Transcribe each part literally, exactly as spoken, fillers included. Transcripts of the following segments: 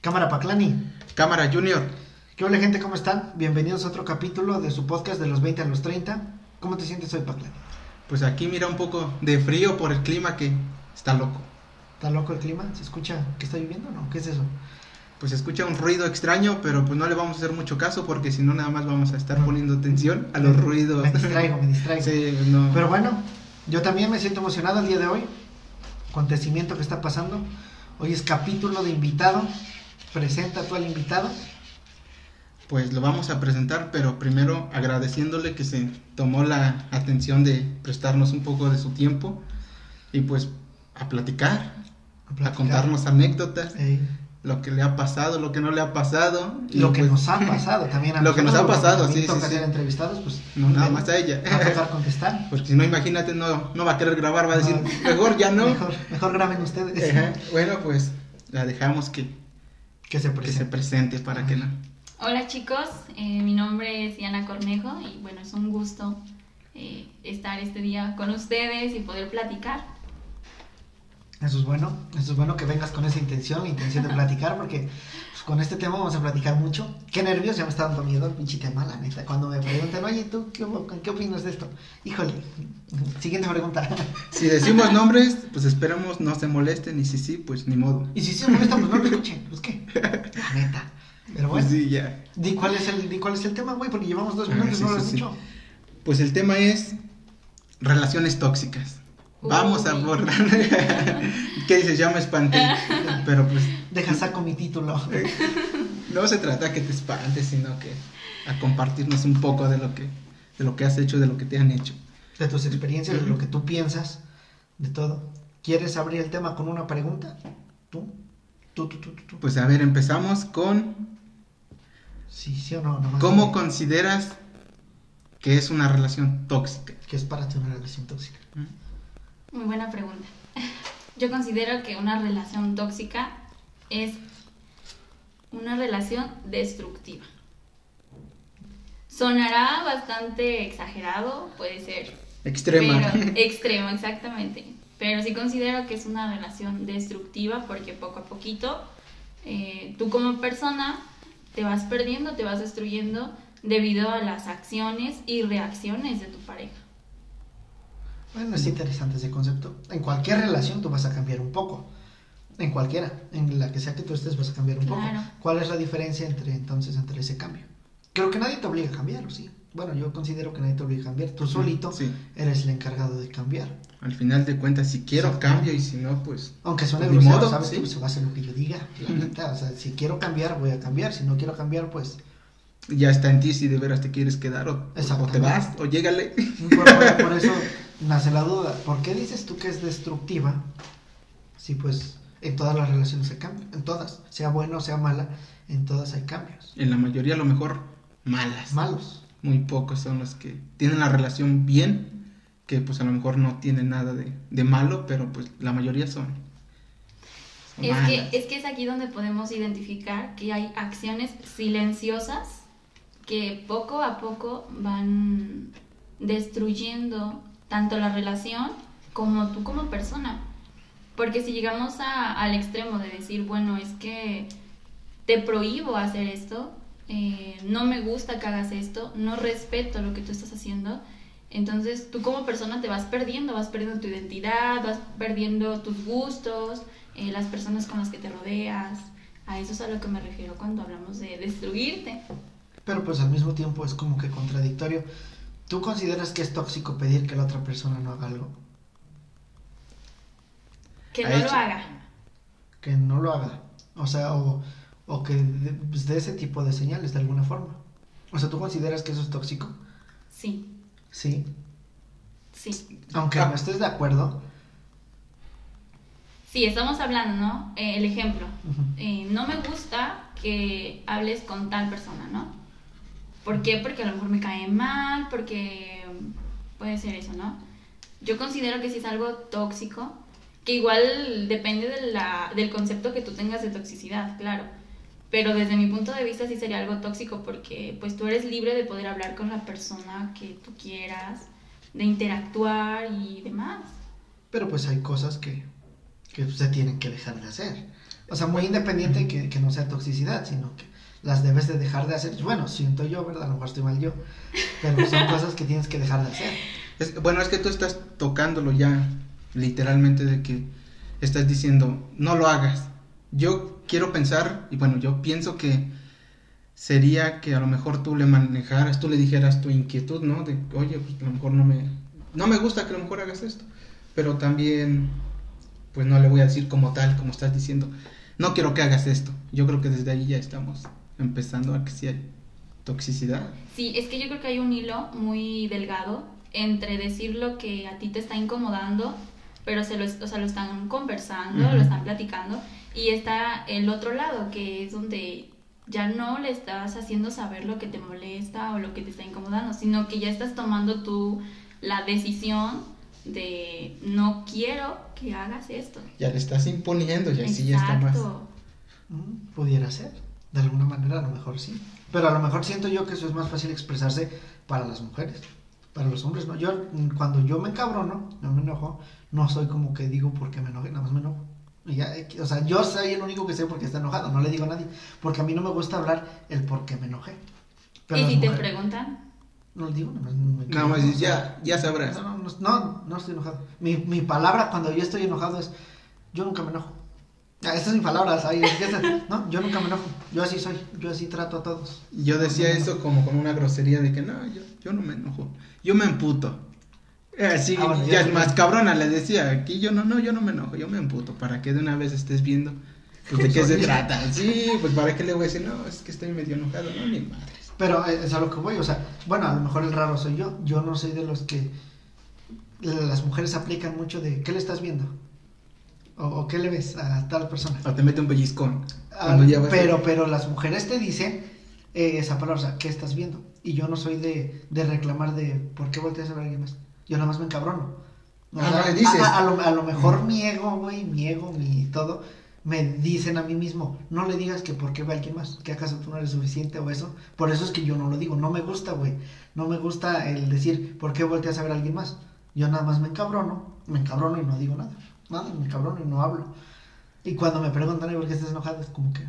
Cámara Paclani. Cámara Junior. ¿Qué hola gente? ¿Cómo están? Bienvenidos a otro capítulo de su podcast de los veinte a los treinta. ¿Cómo te sientes hoy, Paclani? Pues aquí mira un poco de frío por el clima que está loco. ¿Está loco el clima? ¿Se escucha que está lloviendo o no? ¿Qué es eso? Pues se escucha un ruido extraño, pero pues no le vamos a hacer mucho caso porque si no nada más vamos a estar poniendo atención a los me, ruidos. Me distraigo, me distraigo. Sí, no. Pero bueno, yo también me siento emocionado el día de hoy. Acontecimiento que está pasando. Hoy es capítulo de invitado. Presenta tú al invitado. Pues lo vamos a presentar, pero primero agradeciéndole que se tomó la atención de prestarnos un poco de su tiempo y pues a platicar, a, platicar. a contarnos anécdotas, Ey. lo que le ha pasado, lo que no le ha pasado. Y lo que pues, nos ha pasado también a Lo que nos ha pasado, sí, sí, toca sí. ser entrevistados, pues no, nada más a ella. Va a tocar contestar. Porque si no, imagínate, no, no va a querer grabar, va a decir, no, mejor ya no. Mejor, mejor graben ustedes. Ajá. Bueno, pues la dejamos que, que, se, presente. que se presente para Ajá. que no. Hola chicos, eh, mi nombre es Diana Cornejo y bueno, es un gusto eh, estar este día con ustedes y poder platicar. Eso es bueno, eso es bueno que vengas con esa intención, intención de platicar, porque pues, con este tema vamos a platicar mucho. Qué nervios, ya me está dando miedo el pinche tema, la neta. Cuando me preguntan, oye, ¿tú qué, qué opinas de esto? Híjole, siguiente pregunta. Si decimos nombres, pues esperamos no se molesten, y si sí, pues ni modo. Y si sí se molestan, pues no lo escuchen, pues qué, la neta. Pero bueno, pues sí, ya. Di cuál es el, di cuál es el tema, güey, porque llevamos dos minutos, ah, sí, no lo has sí, dicho. Sí. Pues el tema es relaciones tóxicas. Uh, Vamos a abordar. ¿Qué dices? Ya me espanté. Pero pues. Deja saco mi título. No se trata que te espantes, sino que a compartirnos un poco de lo que, de lo que has hecho, de lo que te han hecho. De tus experiencias, uh-huh. de lo que tú piensas, de todo. ¿Quieres abrir el tema con una pregunta? ¿Tú? ¿Tú, tú, tú, tú, tú? Pues a ver, empezamos con. Sí, sí o no. ¿Cómo de... consideras que es una relación tóxica? ¿Qué es para ti una relación tóxica? ¿Mm? Muy buena pregunta. Yo considero que una relación tóxica es una relación destructiva. Sonará bastante exagerado, puede ser. Extrema. Pero, extremo, exactamente. Pero sí considero que es una relación destructiva porque poco a poquito eh, tú como persona te vas perdiendo, te vas destruyendo debido a las acciones y reacciones de tu pareja. Bueno, es interesante ese concepto. En cualquier relación tú vas a cambiar un poco. En cualquiera, en la que sea que tú estés vas a cambiar un claro. poco. ¿Cuál es la diferencia entre entonces entre ese cambio? Creo que nadie te obliga a cambiar, ¿o sí? Bueno, yo considero que nadie te obliga a cambiar. Tú solito sí. eres el encargado de cambiar. Al final de cuentas, si quiero cambio y si no, pues... Aunque suene pues grosero, modo, ¿sabes? ¿sí? Pues se va a hacer lo que yo diga, la neta. O sea, si quiero cambiar, voy a cambiar. Si no quiero cambiar, pues... Ya está en ti si de veras te quieres quedar o, o te vas o llégale. Por, por, por eso nace la duda. ¿Por qué dices tú que es destructiva? Si pues en todas las relaciones hay cambios. En todas, sea buena o sea mala, en todas hay cambios. En la mayoría a lo mejor malas. Malos. Muy pocos son los que tienen la relación bien, que pues a lo mejor no tienen nada de, de malo, pero pues la mayoría son, son es malas. que, es que es aquí donde podemos identificar que hay acciones silenciosas que poco a poco van destruyendo tanto la relación como tú como persona. Porque si llegamos a, al extremo de decir, bueno, es que te prohíbo hacer esto, eh, no me gusta que hagas esto, no respeto lo que tú estás haciendo, entonces tú como persona te vas perdiendo, vas perdiendo tu identidad, vas perdiendo tus gustos, eh, las personas con las que te rodeas. A eso es a lo que me refiero cuando hablamos de destruirte. Pero pues al mismo tiempo es como que contradictorio. ¿Tú consideras que es tóxico pedir que la otra persona no haga algo? Que no lo haga. Que no lo haga. O sea, o, o que de, pues de ese tipo de señales de alguna forma. O sea, ¿tú consideras que eso es tóxico? Sí. Sí. Sí. Aunque no estés de acuerdo. Sí, estamos hablando, ¿no? Eh, el ejemplo. Uh-huh. Eh, no me gusta que hables con tal persona, ¿no? ¿Por qué? Porque a lo mejor me cae mal, porque puede ser eso, ¿no? Yo considero que si es algo tóxico, que igual depende de la, del concepto que tú tengas de toxicidad, claro. Pero desde mi punto de vista sí sería algo tóxico porque pues tú eres libre de poder hablar con la persona que tú quieras, de interactuar y demás. Pero pues hay cosas que, que se tienen que dejar de hacer. O sea, muy independiente que, que no sea toxicidad, sino que las debes de dejar de hacer. Bueno, siento yo, ¿verdad? A lo mejor estoy mal yo, pero son cosas que tienes que dejar de hacer. Es, bueno, es que tú estás tocándolo ya, literalmente, de que estás diciendo, no lo hagas. Yo quiero pensar, y bueno, yo pienso que sería que a lo mejor tú le manejaras, tú le dijeras tu inquietud, ¿no? De, oye, pues a lo mejor no me, no me gusta que a lo mejor hagas esto, pero también, pues no le voy a decir como tal, como estás diciendo, no quiero que hagas esto. Yo creo que desde ahí ya estamos empezando a que sí hay toxicidad. Sí, es que yo creo que hay un hilo muy delgado entre decir lo que a ti te está incomodando, pero se lo, o sea, lo están conversando, uh-huh. lo están platicando, y está el otro lado, que es donde ya no le estás haciendo saber lo que te molesta o lo que te está incomodando, sino que ya estás tomando tú la decisión de no quiero que hagas esto. Ya le estás imponiendo, ya sí ya está más. Mm, pudiera ser, de alguna manera a lo mejor sí. Pero a lo mejor siento yo que eso es más fácil expresarse para las mujeres. Para los hombres no. Yo cuando yo me encabrono, no me enojo, no soy como que digo por qué me enoje, nada más me enojo. Y ya, o sea, yo soy el único que sé por qué está enojado, no le digo a nadie, porque a mí no me gusta hablar el por qué me enojé. Pero ¿y si mujeres, te preguntan? No le digo, nada más me Nada más dices, ya, ya sabrás. No, no, no, no estoy enojado. Mi, mi palabra cuando yo estoy enojado es, yo nunca me enojo. Ah, esta es mi palabra, ¿sabes? No, yo nunca me enojo, yo así soy, yo así trato a todos. Yo decía no, eso no. como con una grosería de que no, yo, yo no me enojo, yo me emputo. Así, ah, bueno, ya es más cabrona, le decía, aquí yo no, no, yo no me enojo, yo me emputo, para que de una vez estés viendo pues, de qué se trata. Sí, pues para qué le voy a decir, no, es que estoy medio enojado, no, ni madres. Pero es a lo que voy, o sea, bueno, a lo mejor el raro soy yo, yo no soy de los que las mujeres aplican mucho de, ¿qué le estás viendo? O, o ¿qué le ves a tal persona? O te mete un pellizcón. Ah, pero, pero las mujeres te dicen eh, esa palabra, o sea, ¿qué estás viendo? Y yo no soy de, de reclamar de, ¿por qué volteas a ver a alguien más? Yo nada más me encabrono. O ah, sea, no le dices. A, a, lo, a lo mejor mi ego, güey, mi ego, mi todo, me dicen a mí mismo, no le digas que por qué ve a alguien más, que acaso tú no eres suficiente o eso. Por eso es que yo no lo digo, no me gusta, güey. No me gusta el decir, ¿por qué volteas a ver a alguien más? Yo nada más me encabrono, me encabrono y no digo nada. Nada, me encabrono y no hablo. Y cuando me preguntan, ¿por qué estás enojado? Es como que,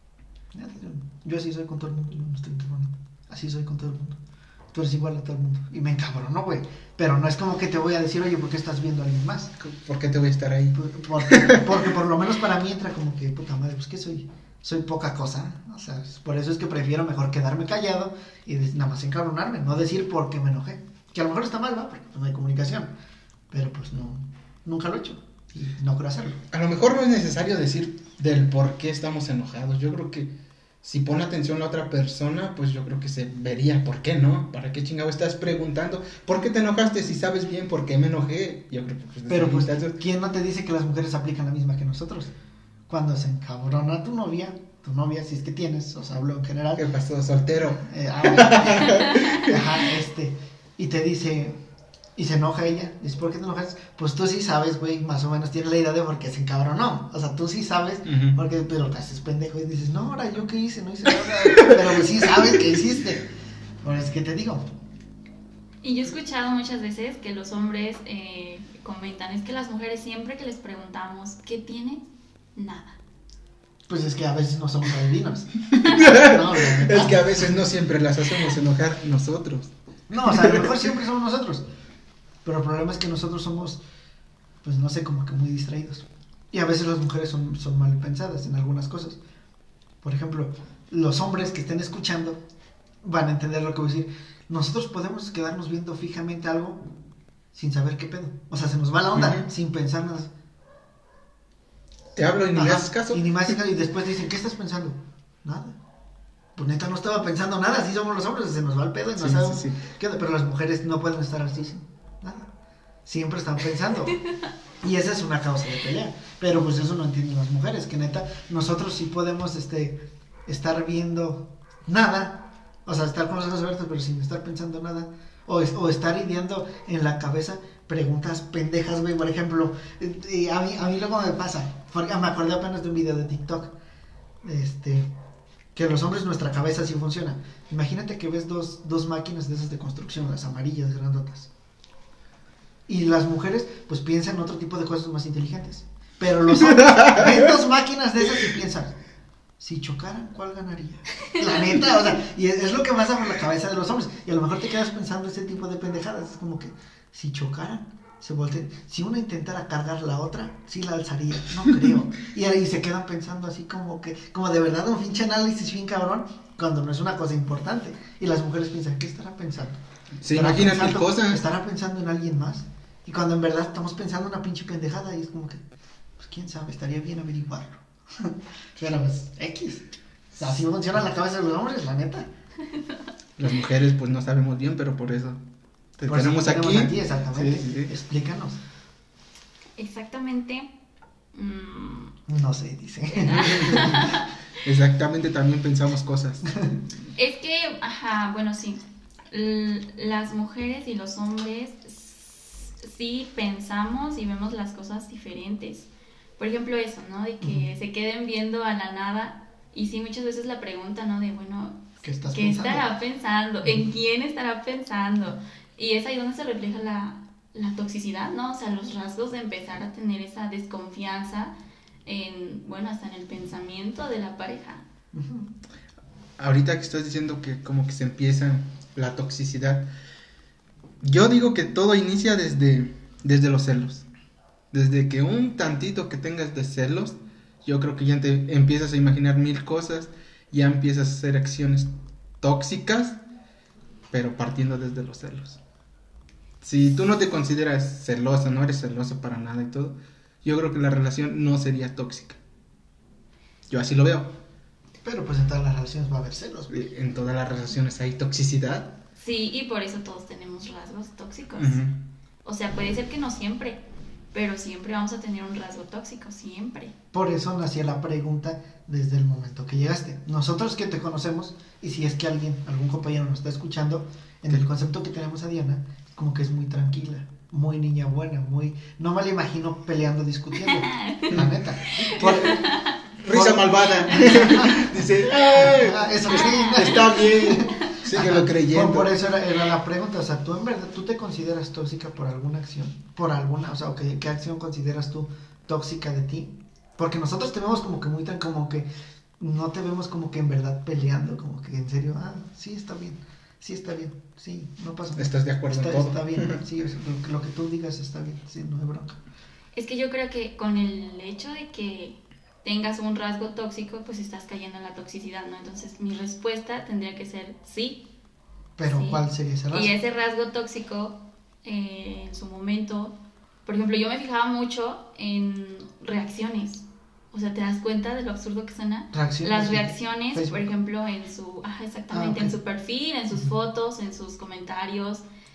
yo así soy con todo el mundo, yo no estoy encabronado. Así soy con todo el mundo. Tú eres igual a todo el mundo. Y me encabrono, güey. Pero no es como que te voy a decir, oye, ¿por qué estás viendo a alguien más? ¿Por qué te voy a estar ahí? Porque, porque por lo menos para mí entra como que, puta madre, pues que soy, soy poca cosa. O sea, por eso es que prefiero mejor quedarme callado y nada más encabronarme, no decir por qué me enojé. Que a lo mejor está mal, ¿va? Porque pues no hay comunicación. Pero pues no, nunca lo he hecho. Y no quiero hacerlo. A lo mejor no es necesario decir del por qué estamos enojados. Yo creo que si pone atención la otra persona, pues yo creo que se vería por qué, ¿no? ¿Para qué chingado estás preguntando? ¿Por qué te enojaste si sabes bien por qué me enojé? Yo creo que pues, pero pues, ¿quién no te dice que las mujeres aplican la misma que nosotros? Cuando se encabrona tu novia, tu novia, si es que tienes, o sea, hablo en general. ¿Qué pasó, soltero? Eh, ah, ajá, este, y te dice, y se enoja ella, dice, ¿por qué te enojas? Pues tú sí sabes, güey, más o menos tienes la idea de por qué se encabronó. O sea, tú sí sabes, uh-huh. porque, pero te haces pendejo y dices, no, ahora yo qué hice, no hice nada, pero pues sí sabes qué hiciste. Por eso es que te digo. Y yo he escuchado muchas veces que los hombres eh, comentan, es que las mujeres siempre que les preguntamos, ¿qué tienes? Nada. Pues es que a veces no somos adivinos. No, es que a veces no siempre las hacemos enojar nosotros. No, o sea, a lo mejor siempre somos nosotros. Pero el problema es que nosotros somos, pues no sé, como que muy distraídos. Y a veces las mujeres son, son mal pensadas en algunas cosas. Por ejemplo, los hombres que estén escuchando van a entender lo que voy a decir. Nosotros podemos quedarnos viendo fijamente algo sin saber qué pedo. O sea, se nos va la onda, uh-huh. sin pensar nada. Te hablo y ni me haces caso. Y ni me haces caso y después dicen, ¿qué estás pensando? Nada. Pues neta no estaba pensando nada, así somos los hombres, se nos va el pedo y no sí, sabemos sí, sí. qué onda. Pero las mujeres no pueden estar así, ¿sí? Nada. Siempre están pensando. Y esa es una causa de pelea. Pero pues eso no entienden las mujeres, que neta, nosotros sí podemos este estar viendo nada, o sea, estar con los ojos abiertos pero sin estar pensando nada, o, o estar ideando en la cabeza preguntas pendejas, güey. Por ejemplo, y a mí, a mí luego me pasa, porque me acordé apenas de un video de TikTok, este, que los hombres nuestra cabeza sí funciona. Imagínate que ves dos, dos máquinas de esas de construcción, las amarillas grandotas. Y las mujeres pues piensan en otro tipo de cosas más inteligentes. Pero los hombres ven dos máquinas de esas y piensan, si chocaran, ¿cuál ganaría? La neta, o sea, y es, es lo que pasa por la cabeza de los hombres. Y a lo mejor te quedas pensando ese tipo de pendejadas. Es como que, si chocaran, se voltean. Si una intentara cargar la otra, sí la alzaría. No creo. Y ahí se quedan pensando así como que, como de verdad un pinche análisis bien cabrón, cuando no es una cosa importante. Y las mujeres piensan, ¿qué estará pensando? Se imaginan mil pensando, cosas. ¿Estará pensando en alguien más? Y cuando en verdad estamos pensando en una pinche pendejada, y es como que, pues quién sabe, estaría bien averiguarlo. Pero pues, X. O sea, así funciona la cabeza de los hombres, la neta. Las mujeres pues no sabemos bien, pero por eso te Por eso tenemos, te tenemos aquí. aquí, exactamente. Sí, sí, sí. Explícanos. Exactamente. mm, No sé, dice. Exactamente, también pensamos cosas. Es que, ajá, bueno, sí. L- las mujeres y los hombres s- sí pensamos y vemos las cosas diferentes. Por ejemplo, eso, ¿no? De que Ujú. se queden viendo a la nada. Y sí, muchas veces la pregunta, ¿no? De, bueno, ¿Qué estás ¿qué pensando? estará pensando? ¿En quién estará pensando? Y es ahí donde se refleja la, la toxicidad, ¿no? O sea, los rasgos de empezar a tener esa desconfianza en, bueno, hasta en el pensamiento de la pareja. Ujú. Ahorita que estás diciendo que como que se empieza la toxicidad, yo digo que todo inicia desde, desde los celos. Desde que un tantito que tengas de celos, yo creo que ya te empiezas a imaginar mil cosas, ya empiezas a hacer acciones tóxicas, pero partiendo desde los celos. Si tú no te consideras celosa, no eres celosa para nada y todo, yo creo que la relación no sería tóxica. Yo así lo veo. Pero pues en todas las relaciones va a haber celos, güey. En todas las relaciones hay toxicidad. Sí, y por eso todos tenemos rasgos tóxicos. Ujú. O sea, puede ser que no siempre, pero siempre vamos a tener un rasgo tóxico, siempre. Por eso nacía la pregunta desde el momento que llegaste. Nosotros que te conocemos, y si es que alguien, algún compañero nos está escuchando, en el concepto que tenemos a Diana, como que es muy tranquila, muy niña buena, muy... No me la imagino peleando, discutiendo, la neta. Por- Risa por- malvada. Dice, "Ay, Ah, eso es- sí. está bien. Síguelo Ajá. creyendo. Por, por eso era, era la pregunta, o sea, tú en verdad, ¿tú te consideras tóxica por alguna acción? Por alguna, o sea, ¿qué, qué acción consideras tú tóxica de ti? Porque nosotros te vemos como que muy tan, como que, no te vemos como que en verdad peleando, como que en serio, ah, sí, está bien, sí, está bien, sí, no pasa nada. ¿Estás de acuerdo está, en todo? Está bien, sí, es- lo, que- lo que tú digas está bien, sí, no hay bronca. Es que yo creo que con el hecho de que tengas un rasgo tóxico, pues estás cayendo en la toxicidad, ¿no? Entonces mi respuesta tendría que ser sí. Pero, Sí. ¿cuál sería ese rasgo? Y ese rasgo tóxico, eh, en su momento, por ejemplo, yo me fijaba mucho en reacciones. O sea, ¿te das cuenta de lo absurdo que suena? Reacciones Las en reacciones, Facebook. por ejemplo, en su, ajá, exactamente, Ah, ok. en su perfil, en sus Ujú. fotos, en sus comentarios.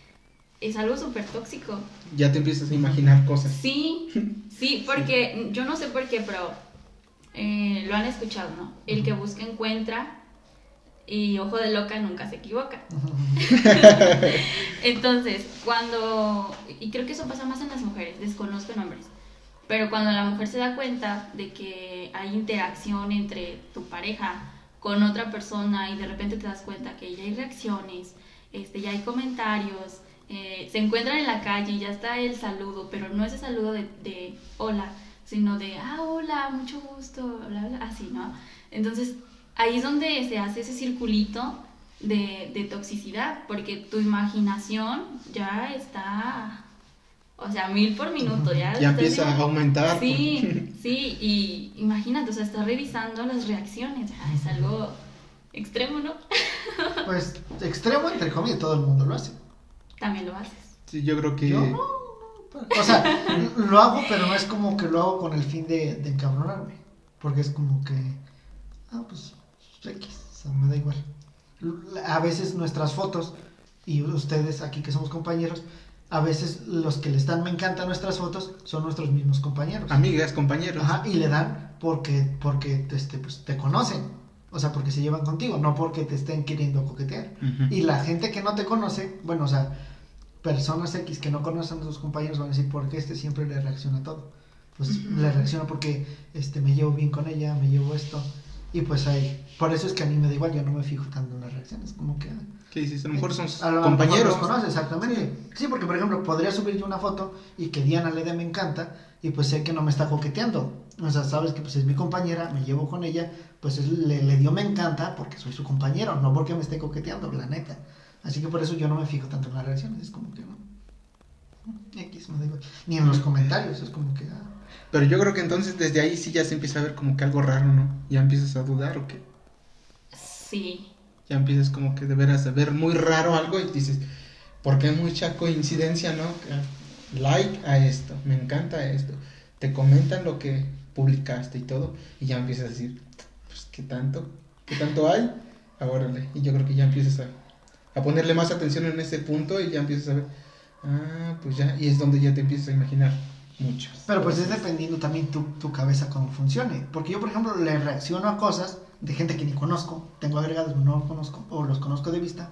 Es algo súper tóxico. Ya te empiezas a imaginar cosas. Sí, sí, porque yo no sé por qué, pero eh, lo han escuchado, ¿no? El que busca encuentra y ojo de loca nunca se equivoca. Entonces, cuando, y creo que eso pasa más en las mujeres, desconozco en hombres, pero cuando la mujer se da cuenta de que hay interacción entre tu pareja con otra persona y de repente te das cuenta que ya hay reacciones, este, ya hay comentarios, eh, se encuentran en la calle y ya está el saludo, pero no ese saludo de, de hola, sino de ah, hola, mucho gusto, bla, bla, así, ¿no? Entonces, ahí es donde se hace ese circulito de, de toxicidad, porque tu imaginación ya está, o sea, mil por minuto, ya. Ya estás empieza viendo- a aumentar. Sí, sí, y imagínate, o sea, estás revisando las reacciones, ah, es algo extremo, ¿no? Pues, extremo, entre comillas, todo el mundo lo hace. También lo haces. Sí, yo creo que... Yo no, no, o sea, lo hago, pero no es como que lo hago con el fin de, de encabronarme. Porque es como que, ah, pues, X, o sea, me da igual. A veces nuestras fotos, y ustedes aquí que somos compañeros, a veces los que les dan me encantan nuestras fotos son nuestros mismos compañeros. Amigas, compañeros. Ajá, y le dan porque, porque este, pues, te conocen. O sea, porque se llevan contigo, no porque te estén queriendo coquetear. Ujú. Y la gente que no te conoce, bueno, o sea, personas X que no conocen a sus compañeros van a decir, ¿por qué este siempre le reacciona a todo? Pues Ujú. le reacciona porque este, me llevo bien con ella, me llevo esto. Y pues ahí, por eso es que a mí me da igual, yo no me fijo tanto en las reacciones, como que... ¿Qué dices? A lo mejor son a lo, compañeros. A lo mejor los conoce, exactamente. Sí. sí, porque por ejemplo, podría subir yo una foto y que Diana le dé me encanta y pues sé que no me está coqueteando. O sea, sabes que pues es mi compañera, me llevo con ella, pues es, le, le dio me encanta porque soy su compañero, no porque me esté coqueteando, la neta. Así que por eso yo no me fijo tanto en las reacciones, es como que no. X, me da igual. Ni en los comentarios, es como que... Ah. Pero yo creo que entonces desde ahí sí ya se empieza a ver como que algo raro, ¿no? Ya empiezas a dudar o qué. Sí. Ya empiezas como que de veras a ver muy raro algo y dices, ¿por qué mucha coincidencia, no? Like a esto, me encanta esto. Te comentan lo que publicaste y todo y ya empiezas a decir, pues, ¿qué tanto? ¿Qué tanto hay? Ahórale. Y yo creo que ya empiezas a, a ponerle más atención en ese punto y ya empiezas a ver, ah, pues ya, y es donde ya te empiezas a imaginar muchos. Pero pues es dependiendo también tu, tu cabeza cómo funcione. Porque yo, por ejemplo, le reacciono a cosas de gente que ni conozco, tengo agregados, no los conozco, o los conozco de vista,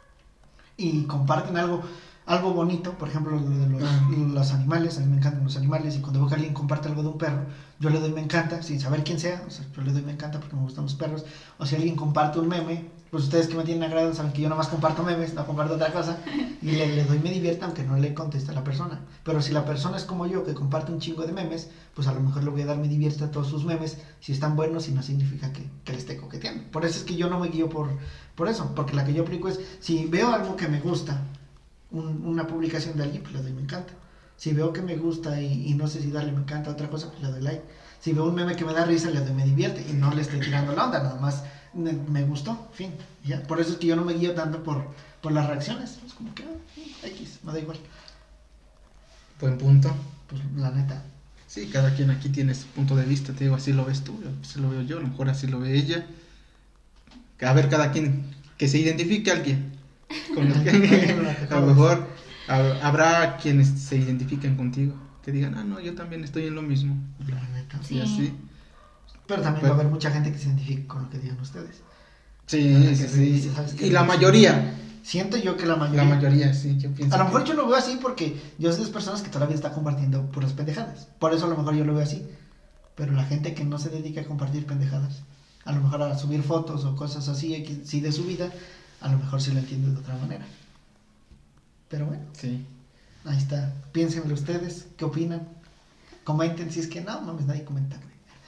y comparten algo, algo bonito, por ejemplo, lo de los, uh-huh. los animales, a mí me encantan los animales, y cuando veo que alguien comparte algo de un perro, yo le doy me encanta, sin saber quién sea, o sea, yo le doy me encanta porque me gustan los perros, o si alguien comparte un meme, pues ustedes que me tienen agrado saben que yo nomás comparto memes, no comparto otra cosa, y le, le doy me divierta aunque no le conteste a la persona, pero si la persona es como yo, que comparte un chingo de memes, pues a lo mejor le voy a dar me divierta a todos sus memes, si están buenos y no significa que, que le esté coqueteando. Por eso es que yo no me guío por, por eso, porque la que yo aplico es, si veo algo que me gusta, un, una publicación de alguien, pues le doy me encanta. Si veo que me gusta y, y no sé si darle me encanta a otra cosa, pues le doy like. Si veo un meme que me da risa, le doy me divierte y no le estoy tirando la onda, nada más me, me gustó, fin. ¿Ya? Por eso es que yo no me guío tanto por, por las reacciones. Es como que, ah, X, me da igual. Buen punto. Pues la neta. Sí, cada quien aquí tiene su punto de vista, te digo, así lo ves tú, así lo veo yo, a lo mejor así lo ve ella. A ver, cada quien, que se identifique alguien. Con el que, a lo mejor a, habrá quienes se identifiquen contigo, que digan, ah, no, yo también estoy en lo mismo. La neta. Sí. Y así. Pero también Pero, va a haber mucha gente que se identifique con lo que digan ustedes. Sí, sí, sí. Dice, y la mayoría. Siento yo que la mayoría. La mayoría, sí, yo pienso. A lo mejor que... yo lo veo así porque yo soy de las personas que todavía está compartiendo puras pendejadas. Por eso a lo mejor yo lo veo así. Pero la gente que no se dedica a compartir pendejadas, a lo mejor a subir fotos o cosas así, sí de su vida, a lo mejor sí lo entiende de otra manera. Pero bueno. Sí. Ahí está. Piénsenlo ustedes, ¿qué opinan? Comenten si es que no, mames, nadie comenta.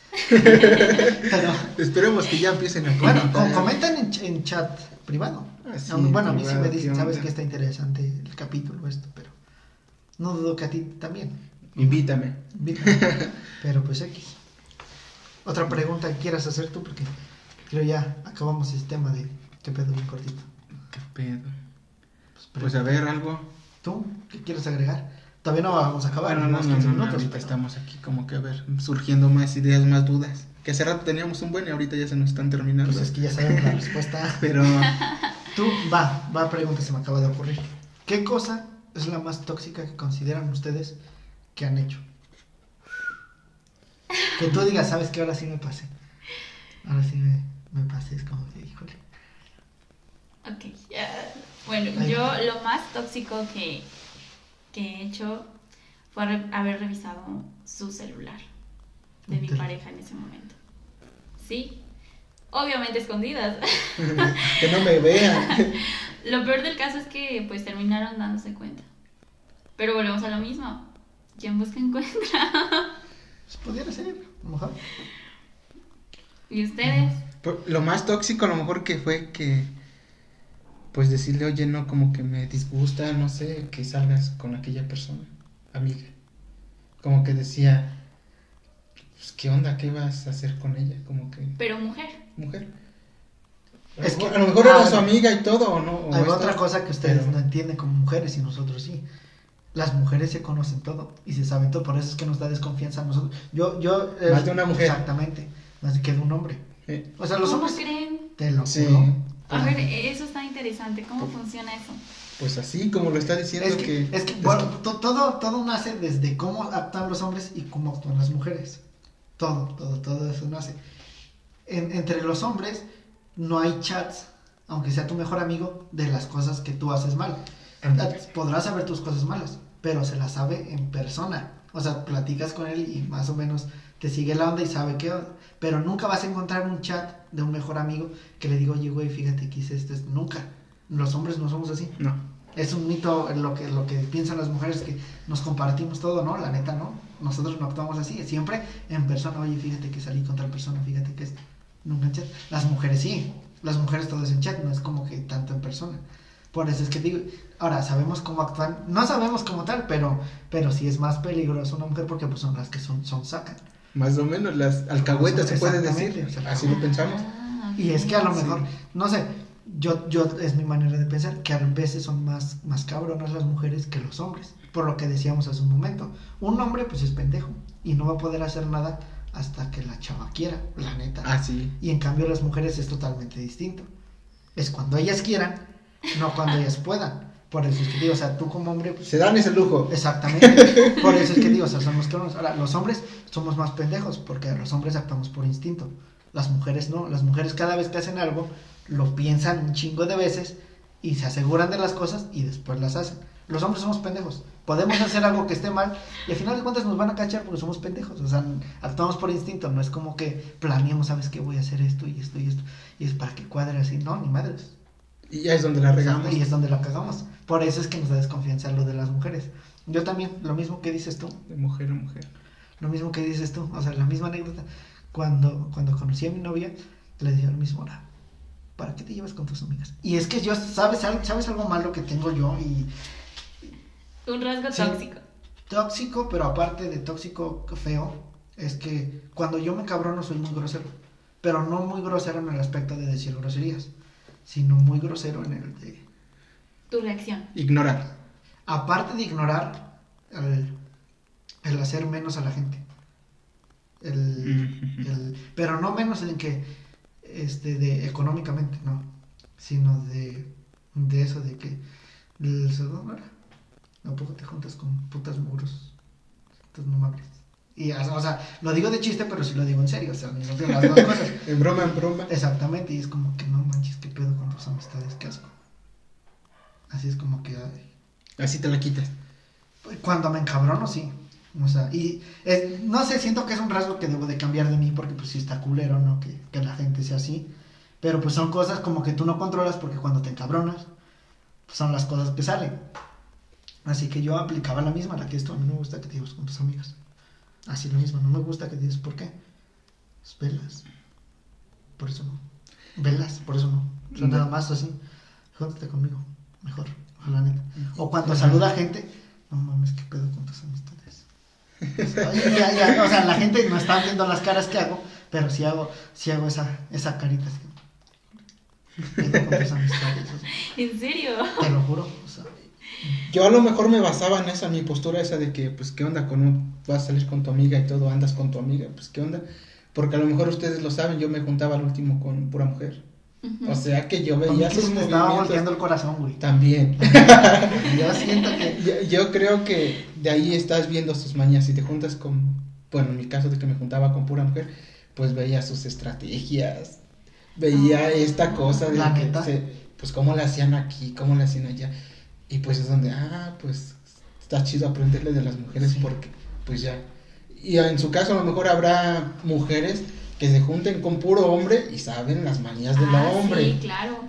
Pero, esperemos que ya empiecen a comentar. Bueno, comentan en, en chat privado. Ah, sí, bueno, a mí sí me dicen, sabes que está interesante el capítulo esto, pero no dudo que a ti también. Invítame. Invítame. Pero pues X. Otra pregunta que quieras hacer tú, porque creo ya acabamos el tema de qué pedo muy cortito. ¿Qué pedo? Pues, pues a ver, algo. ¿Tú qué quieres agregar? Todavía no vamos a acabar. Bueno, no, no, no, no, minutos, ahorita pero... estamos aquí como que a ver, surgiendo más ideas, más dudas. Que hace rato teníamos un buen y ahorita ya se nos están terminando. Pues es que ya sabemos la respuesta. Pero... Tú, va, va pregunta, se me acaba de ocurrir. ¿Qué cosa es la más tóxica que consideran ustedes que han hecho? Que tú digas, sabes que ahora sí me pasé. Ahora sí me, me pasé, es como que, híjole. Ok, uh, bueno, Ahí yo va. Lo más tóxico que, que he hecho fue re- haber revisado su celular de mi pareja en ese momento. Sí, obviamente escondidas. Que no me vean. Lo peor del caso es que pues terminaron dándose cuenta. Pero volvemos a lo mismo. Quien busca encuentra. Pues pudiera ser, a lo mejor. ¿Y ustedes? Lo más tóxico a lo mejor que fue que pues decirle, oye, no, como que me disgusta, no sé, que salgas con aquella persona, amiga. Como que decía, pues, ¿qué onda? ¿Qué vas a hacer con ella? Como que... Pero mujer. Mujer. Es que, a lo mejor era su amiga y todo, ¿o no? ¿O hay esto? Otra cosa que ustedes Pero... no entienden como mujeres y nosotros sí. Las mujeres se conocen todo y se saben todo, por eso es que nos da desconfianza a nosotros. Yo, yo... Eh, más de una mujer. Exactamente, más que de un hombre. Sí. O sea, los ¿Cómo hombres... creen? Te lo sí. juro. A ver, eso está interesante. ¿Cómo pues, funciona eso? Pues así, como lo está diciendo es que... que es que, bueno, que... todo, todo nace desde cómo actúan los hombres y cómo actúan las mujeres. Todo, todo, todo eso nace. En, entre los hombres no hay chats, aunque sea tu mejor amigo, de las cosas que tú haces mal. Uh-huh. Podrás saber tus cosas malas, pero se las sabe en persona. O sea, platicas con él y más o menos te sigue la onda y sabe qué onda. Pero nunca vas a encontrar un chat de un mejor amigo que le diga, oye, güey, fíjate que hice esto, esto. Nunca. Los hombres no somos así. No. Es un mito lo que, lo que piensan las mujeres, que nos compartimos todo, ¿no? La neta, ¿no? Nosotros no actuamos así. Siempre en persona, oye, fíjate que salí con otra persona, fíjate que esto. Nunca en chat. Las mujeres sí. Las mujeres todo es en chat, no es como que tanto en persona. Por eso es que digo, ahora sabemos cómo actúan, no sabemos cómo tal, pero pero sí es más peligroso una mujer porque pues son las que son, son sacan. Más o menos, las alcahuetas se puede decir, Exactamente. así lo pensamos. Ah, ok. Y es que a lo Sí. mejor, no sé, yo, yo es mi manera de pensar, que a veces son más, más cabronas las mujeres que los hombres, por lo que decíamos hace un momento. Un hombre pues es pendejo y no va a poder hacer nada hasta que la chava quiera, la neta. Ah, sí. Y en cambio las mujeres es totalmente distinto. Es cuando ellas quieran, no cuando ellas puedan. Por eso es que digo, o sea, tú como hombre... Pues, Se dan ese lujo. exactamente. Por eso es que digo, o sea, somos cabrones. Ahora, los hombres somos más pendejos, porque los hombres actuamos por instinto. Las mujeres no. Las mujeres cada vez que hacen algo, lo piensan un chingo de veces y se aseguran de las cosas y después las hacen. Los hombres somos pendejos. Podemos hacer algo que esté mal y al final de cuentas nos van a cachar porque somos pendejos. O sea, actuamos por instinto. No es como que planeamos, ¿sabes qué? Voy a hacer esto y esto y esto. Y es para que cuadre así. No, ni madres. Y ya es donde la regamos. Y es donde la cagamos. Por eso es que nos da desconfianza lo de las mujeres. Yo también, lo mismo que dices tú. De mujer a mujer. Lo mismo que dices tú. O sea, la misma anécdota. Cuando, cuando conocí a mi novia, le dije lo mismo, ahora, ¿para qué te llevas con tus amigas? Y es que yo, ¿sabes, ¿sabes algo malo que tengo yo? Y Un rasgo sí, tóxico. tóxico, pero aparte de tóxico feo, es que cuando yo me cabrono soy muy grosero. Pero no muy grosero en el aspecto de decir groserías, sino muy grosero en el de... Tu reacción. Ignorar. Aparte de ignorar, el, el hacer menos a la gente. El, el, pero no menos en que, este, de económicamente, no. Sino de, de eso, de que... El, ¿a poco te juntas con putas muros? Entonces no mames. Y, o sea, lo digo de chiste, pero sí lo digo en serio. O sea, no digo las dos cosas. En broma, en broma. Exactamente, y es como que no manches, qué pedo con tus amistades, qué asco. Así es como que... ay, Así te la quitas. cuando me encabrono, sí. O sea, y es, no sé, siento que es un rasgo que debo de cambiar de mí porque pues sí está culero, ¿no? Que, que la gente sea así. Pero pues son cosas como que tú no controlas porque cuando te encabronas, pues son las cosas que salen. Así que yo aplicaba la misma, la que esto a mí no me gusta que te lleves con tus amigas. Así lo mismo, no me gusta que te digas, ¿por qué? Pues velas. Por eso no. Velas, por eso no. O sea, nada más así. Júntate conmigo, mejor, ojalá neta. O cuando saluda a gente, no mames, qué pedo con tus amistades. O sea, ya, ya, o sea, la gente no está viendo las caras que hago, pero sí hago, sí hago esa, esa carita así. ¿Qué pedo con tus amistades? O sea, ¿En serio? te lo juro, o sea. Yo a lo mejor me basaba en esa, mi postura esa de que, pues, ¿qué onda con un, vas a salir con tu amiga y todo, andas con tu amiga? Pues, ¿qué onda? Porque a lo mejor ustedes lo saben, yo me juntaba al último con pura mujer. Ujú. O sea que yo A mí veía que sus se me estaba movimientos. volteando el corazón, güey. También. Yo siento que... Yo, yo creo que de ahí estás viendo sus mañas. Si te juntas con, bueno, en mi caso de que me juntaba con pura mujer, pues veía sus estrategias, veía Ah. esta cosa de La que neta. se- pues cómo la hacían aquí, cómo la hacían allá. Y pues es donde, ah, pues está chido aprenderle de las mujeres Sí. porque, pues ya. Y en su caso a lo mejor habrá mujeres que se junten con puro hombre y saben las manías del Ah, hombre. sí, claro.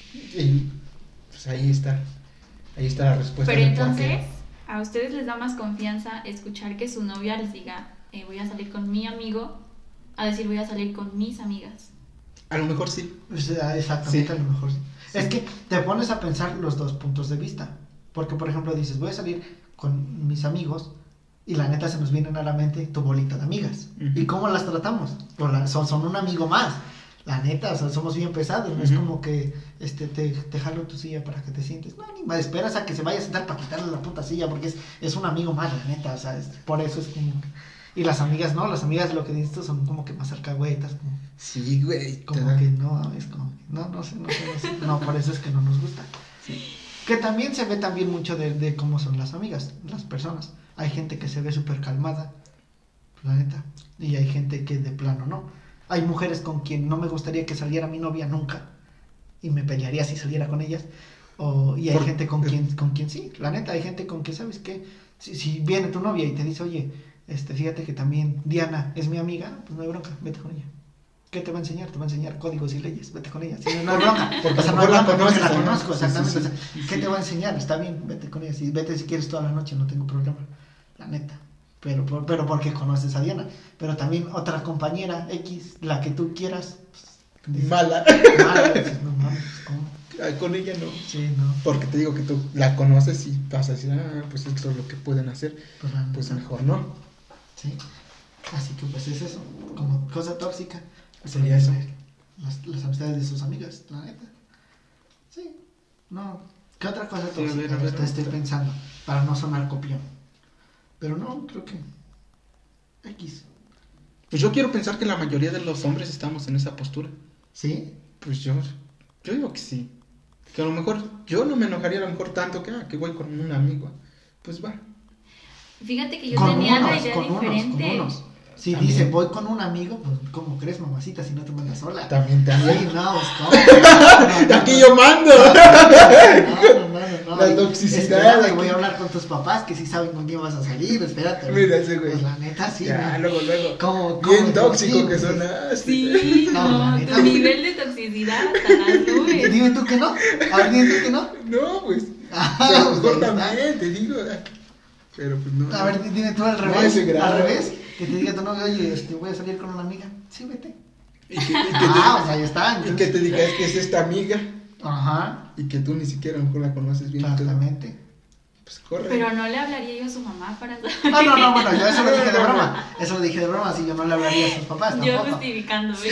Y pues ahí está, ahí está la respuesta. Pero del por qué. entonces, ¿a ustedes les da más confianza escuchar que su novia les diga, eh, voy a salir con mi amigo, a decir, voy a salir con mis amigas? A lo mejor sí. O sea, exactamente, Sí. a lo mejor sí. Sí. Es que te pones a pensar los dos puntos de vista. Porque, por ejemplo, dices, voy a salir con mis amigos y la neta se nos vienen a la mente tu bolita de amigas. Ujú. ¿Y cómo las tratamos? Pues la- son, son un amigo más. La neta, o sea, somos bien pesados. No es Ujú. como que este, te, te jalo tu silla para que te sientes. No, ni más esperas a que se vaya a sentar para quitarle la puta silla porque es, es un amigo más, la neta. O sea, es- por eso es como... que- Y las amigas no, las amigas lo que dices tú son como que más alcahuetas, como... Sí, güey. te Como da- que no, es como que no, no sé, no sé, no sé. No, por eso es que no nos gusta. Sí. Que también se ve también mucho de, de cómo son las amigas, las personas. Hay gente que se ve súper calmada, la neta. Y hay gente que de plano no. Hay mujeres con quien no me gustaría que saliera mi novia nunca. Y me pelearía si saliera con ellas. O, y hay Por- gente con quien, con quien sí, la neta, hay gente con quien, ¿sabes qué? Si, si viene tu novia y te dice, oye, este, fíjate que también Diana es mi amiga, pues no hay bronca, vete con ella. ¿Qué te va a enseñar? Te va a enseñar códigos y leyes, vete con ella. Si no, no hay bronca, Porque o sea, a no lo hay mejor la bronca, porque conoces, la ¿no? conozco, Sí, sí, exactamente. sí. O sea, ¿qué te va a enseñar? Está bien, vete con ella. Si, vete si quieres toda la noche, no tengo problema, la neta. Pero, por- pero porque conoces a Diana. Pero también otra compañera X, la que tú quieras. Pues, dices, Mala. mala, dices, no mames, ¿cómo? Ah, con ella no. Sí, no. Porque te digo que tú la conoces y vas a decir, ah, pues esto es lo que pueden hacer. Pues, la Pues neta, mejor no. sí. Así que pues es eso. Como cosa tóxica. pues, Sería eso. Las, las amistades de sus amigas, la neta. Sí. No. ¿Qué otra cosa Sí, a tóxica? ver, a ver, Estoy- estoy otra. pensando. Para no sonar copión. Pero no, creo que. X. Pues yo quiero pensar que la mayoría de los hombres estamos en esa postura. ¿Sí? Pues yo, yo digo que sí. Que a lo mejor yo no me enojaría a lo mejor tanto que, ah, que voy con un amigo. Pues va. Fíjate que yo Con tenía unos, la idea con diferente. unos, con unos. Si También. dice voy con un amigo, pues ¿cómo crees, mamacita, si no te mandas sola? También, también. Sí, no, pues, ¿cómo? No, no, Aquí no. yo mando. No, no, no, no, no. La Y- toxicidad espérate, aquí. voy a hablar con tus papás que sí saben con quién vas a salir, espérate. Mira ese güey. Pues la neta sí. Ya, ¿no? luego, luego. ¿Cómo- Bien cómo- tóxico sí, que sí. son. Ah, Sí, No, la no, neta. tu nivel de toxicidad hasta las nubes. Dime tú que no. A ver, dime tú que no. No, pues. Ah, A lo mejor pues, ahí está. también, te digo. ah, Pero pues no. A ver, dime tú al No, revés. ese grado. Al revés. Que te diga tu novio, oye, este, voy a salir con una amiga. Sí, vete. Y que, y que Ah, o te, sea, ahí está. y entonces- que te diga, es que es esta amiga. Ajá. Y que tú ni siquiera a lo mejor la conoces bien. entonces, Exactamente. Pues corre. Pero no le hablaría yo a su mamá para saber. No, no, no, bueno, yo eso lo dije de broma. Eso lo dije de broma, si yo no le hablaría a sus papás Yo tampoco. justificándome.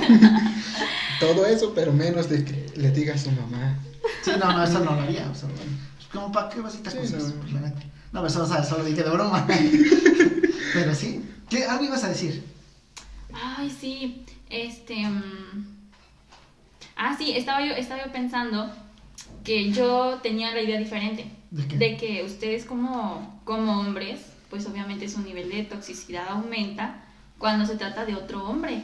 Todo eso, pero menos de que le diga a su mamá. Sí, no, no, eso no lo haría. O sea, bueno, pues, como para qué vas a Sí, cosas, no. pues, la neta. No, pero eso, o sea, eso lo dije de broma. Pero sí. ¿Qué? ¿Algo ibas a decir? Ay, sí. Este. mm, Ah, sí, estaba yo, estaba yo pensando que yo tenía la idea diferente. ¿De qué? De que ustedes como, como hombres, pues obviamente su nivel de toxicidad aumenta cuando se trata de otro hombre.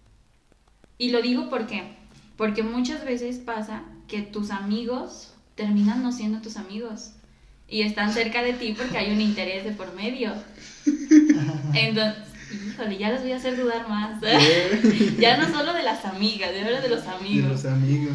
Y lo digo porque, porque muchas veces pasa que tus amigos terminan no siendo tus amigos y están cerca de ti porque hay un interés de por medio. Entonces, híjole, ya les voy a hacer dudar más. Ya no solo de las amigas, de ahora de los De amigos. los amigos.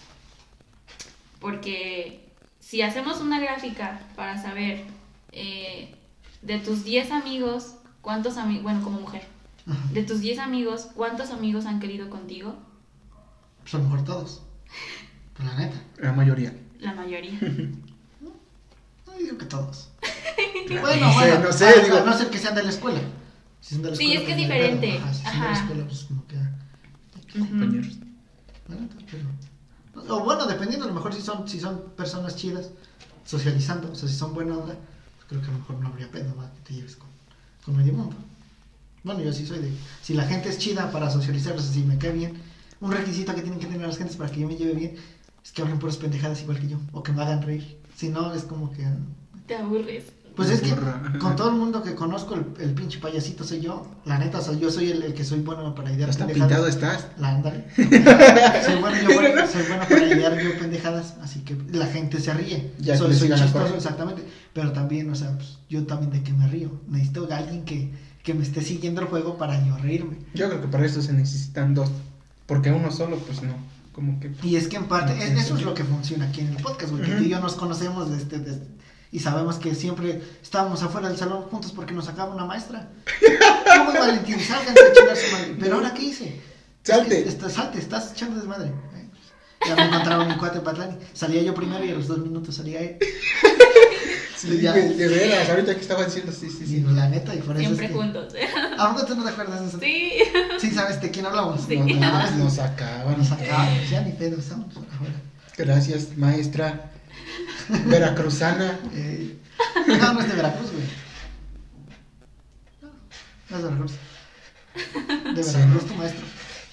Porque si hacemos una gráfica para saber eh, de tus diez amigos, ¿cuántos amigos, bueno, como mujer, Ajá. de tus diez amigos, ¿cuántos amigos han querido contigo? Pues a lo mejor todos. Pues la neta. La mayoría. La mayoría. No digo que todos. No Bueno, sé, bueno. no sé, a, digo. a no ser que sean de la escuela. Si son de la Sí, escuela, es que pues, es no hay pedo. diferente. Ajá, si son de la Ajá. escuela, pues como que. Ujú. Compañeros. La neta, pero. O bueno, dependiendo, a lo mejor si son, si son personas chidas, socializando, o sea, si son buena onda, pues creo que a lo mejor no habría pedo, ¿va? Que te lleves con, con medio mundo. Bueno, yo sí soy de. Si la gente es chida para socializar, o sea, si me cae bien, un requisito que tienen que tener las gentes para que yo me lleve bien es que hablen puras pendejadas igual que yo, o que me hagan reír. Si no, es como que. Te aburres. Pues es que Burra. con todo el mundo que conozco, el, el pinche payasito soy yo. La neta, o sea, yo soy el, el que soy bueno para idear Hasta pendejadas. pintado estás. La ándale. soy, bueno, yo para, soy bueno para idear yo pendejadas, así que la gente se ríe. Ya que soy le soy sigan la chistoso, corriente. exactamente. Pero también, o sea, pues, yo también de que me río. Necesito a alguien que, que me esté siguiendo el juego para yo reírme. Yo creo que para eso se necesitan dos. Porque uno solo, pues no. Como que. Y es que en parte, No, es- sí, eso sí. es lo que funciona aquí en el podcast, porque Ujú. tú y yo nos conocemos desde, desde- y sabemos que siempre estábamos afuera del salón juntos porque nos sacaba una maestra. ¿Cómo Valentín? Sálganse a chingar su madre. Pero ahora, ¿qué hice? Salte. Es- está- salte, estás echando desmadre. Eh, Ya me encontraron mi cuate Patlani. Salía yo primero y a los dos minutos salía él. Sí, ya. güey, de veras, ahorita que estaba diciendo, sí, sí, Y sí. la neta, y por eso Siempre es que... juntos. ¿A dónde tú no te acuerdas de eso? Sí. Sí, ¿sabes de quién hablamos? Sí. No, no, Nos, nos acaban. nos acabamos, ya ni pedo, estamos ahora. Gracias, maestra. Veracruzana. Eh, no, no es de Veracruz, güey. No, no es de Veracruz. De Sí. Veracruz, tu maestro.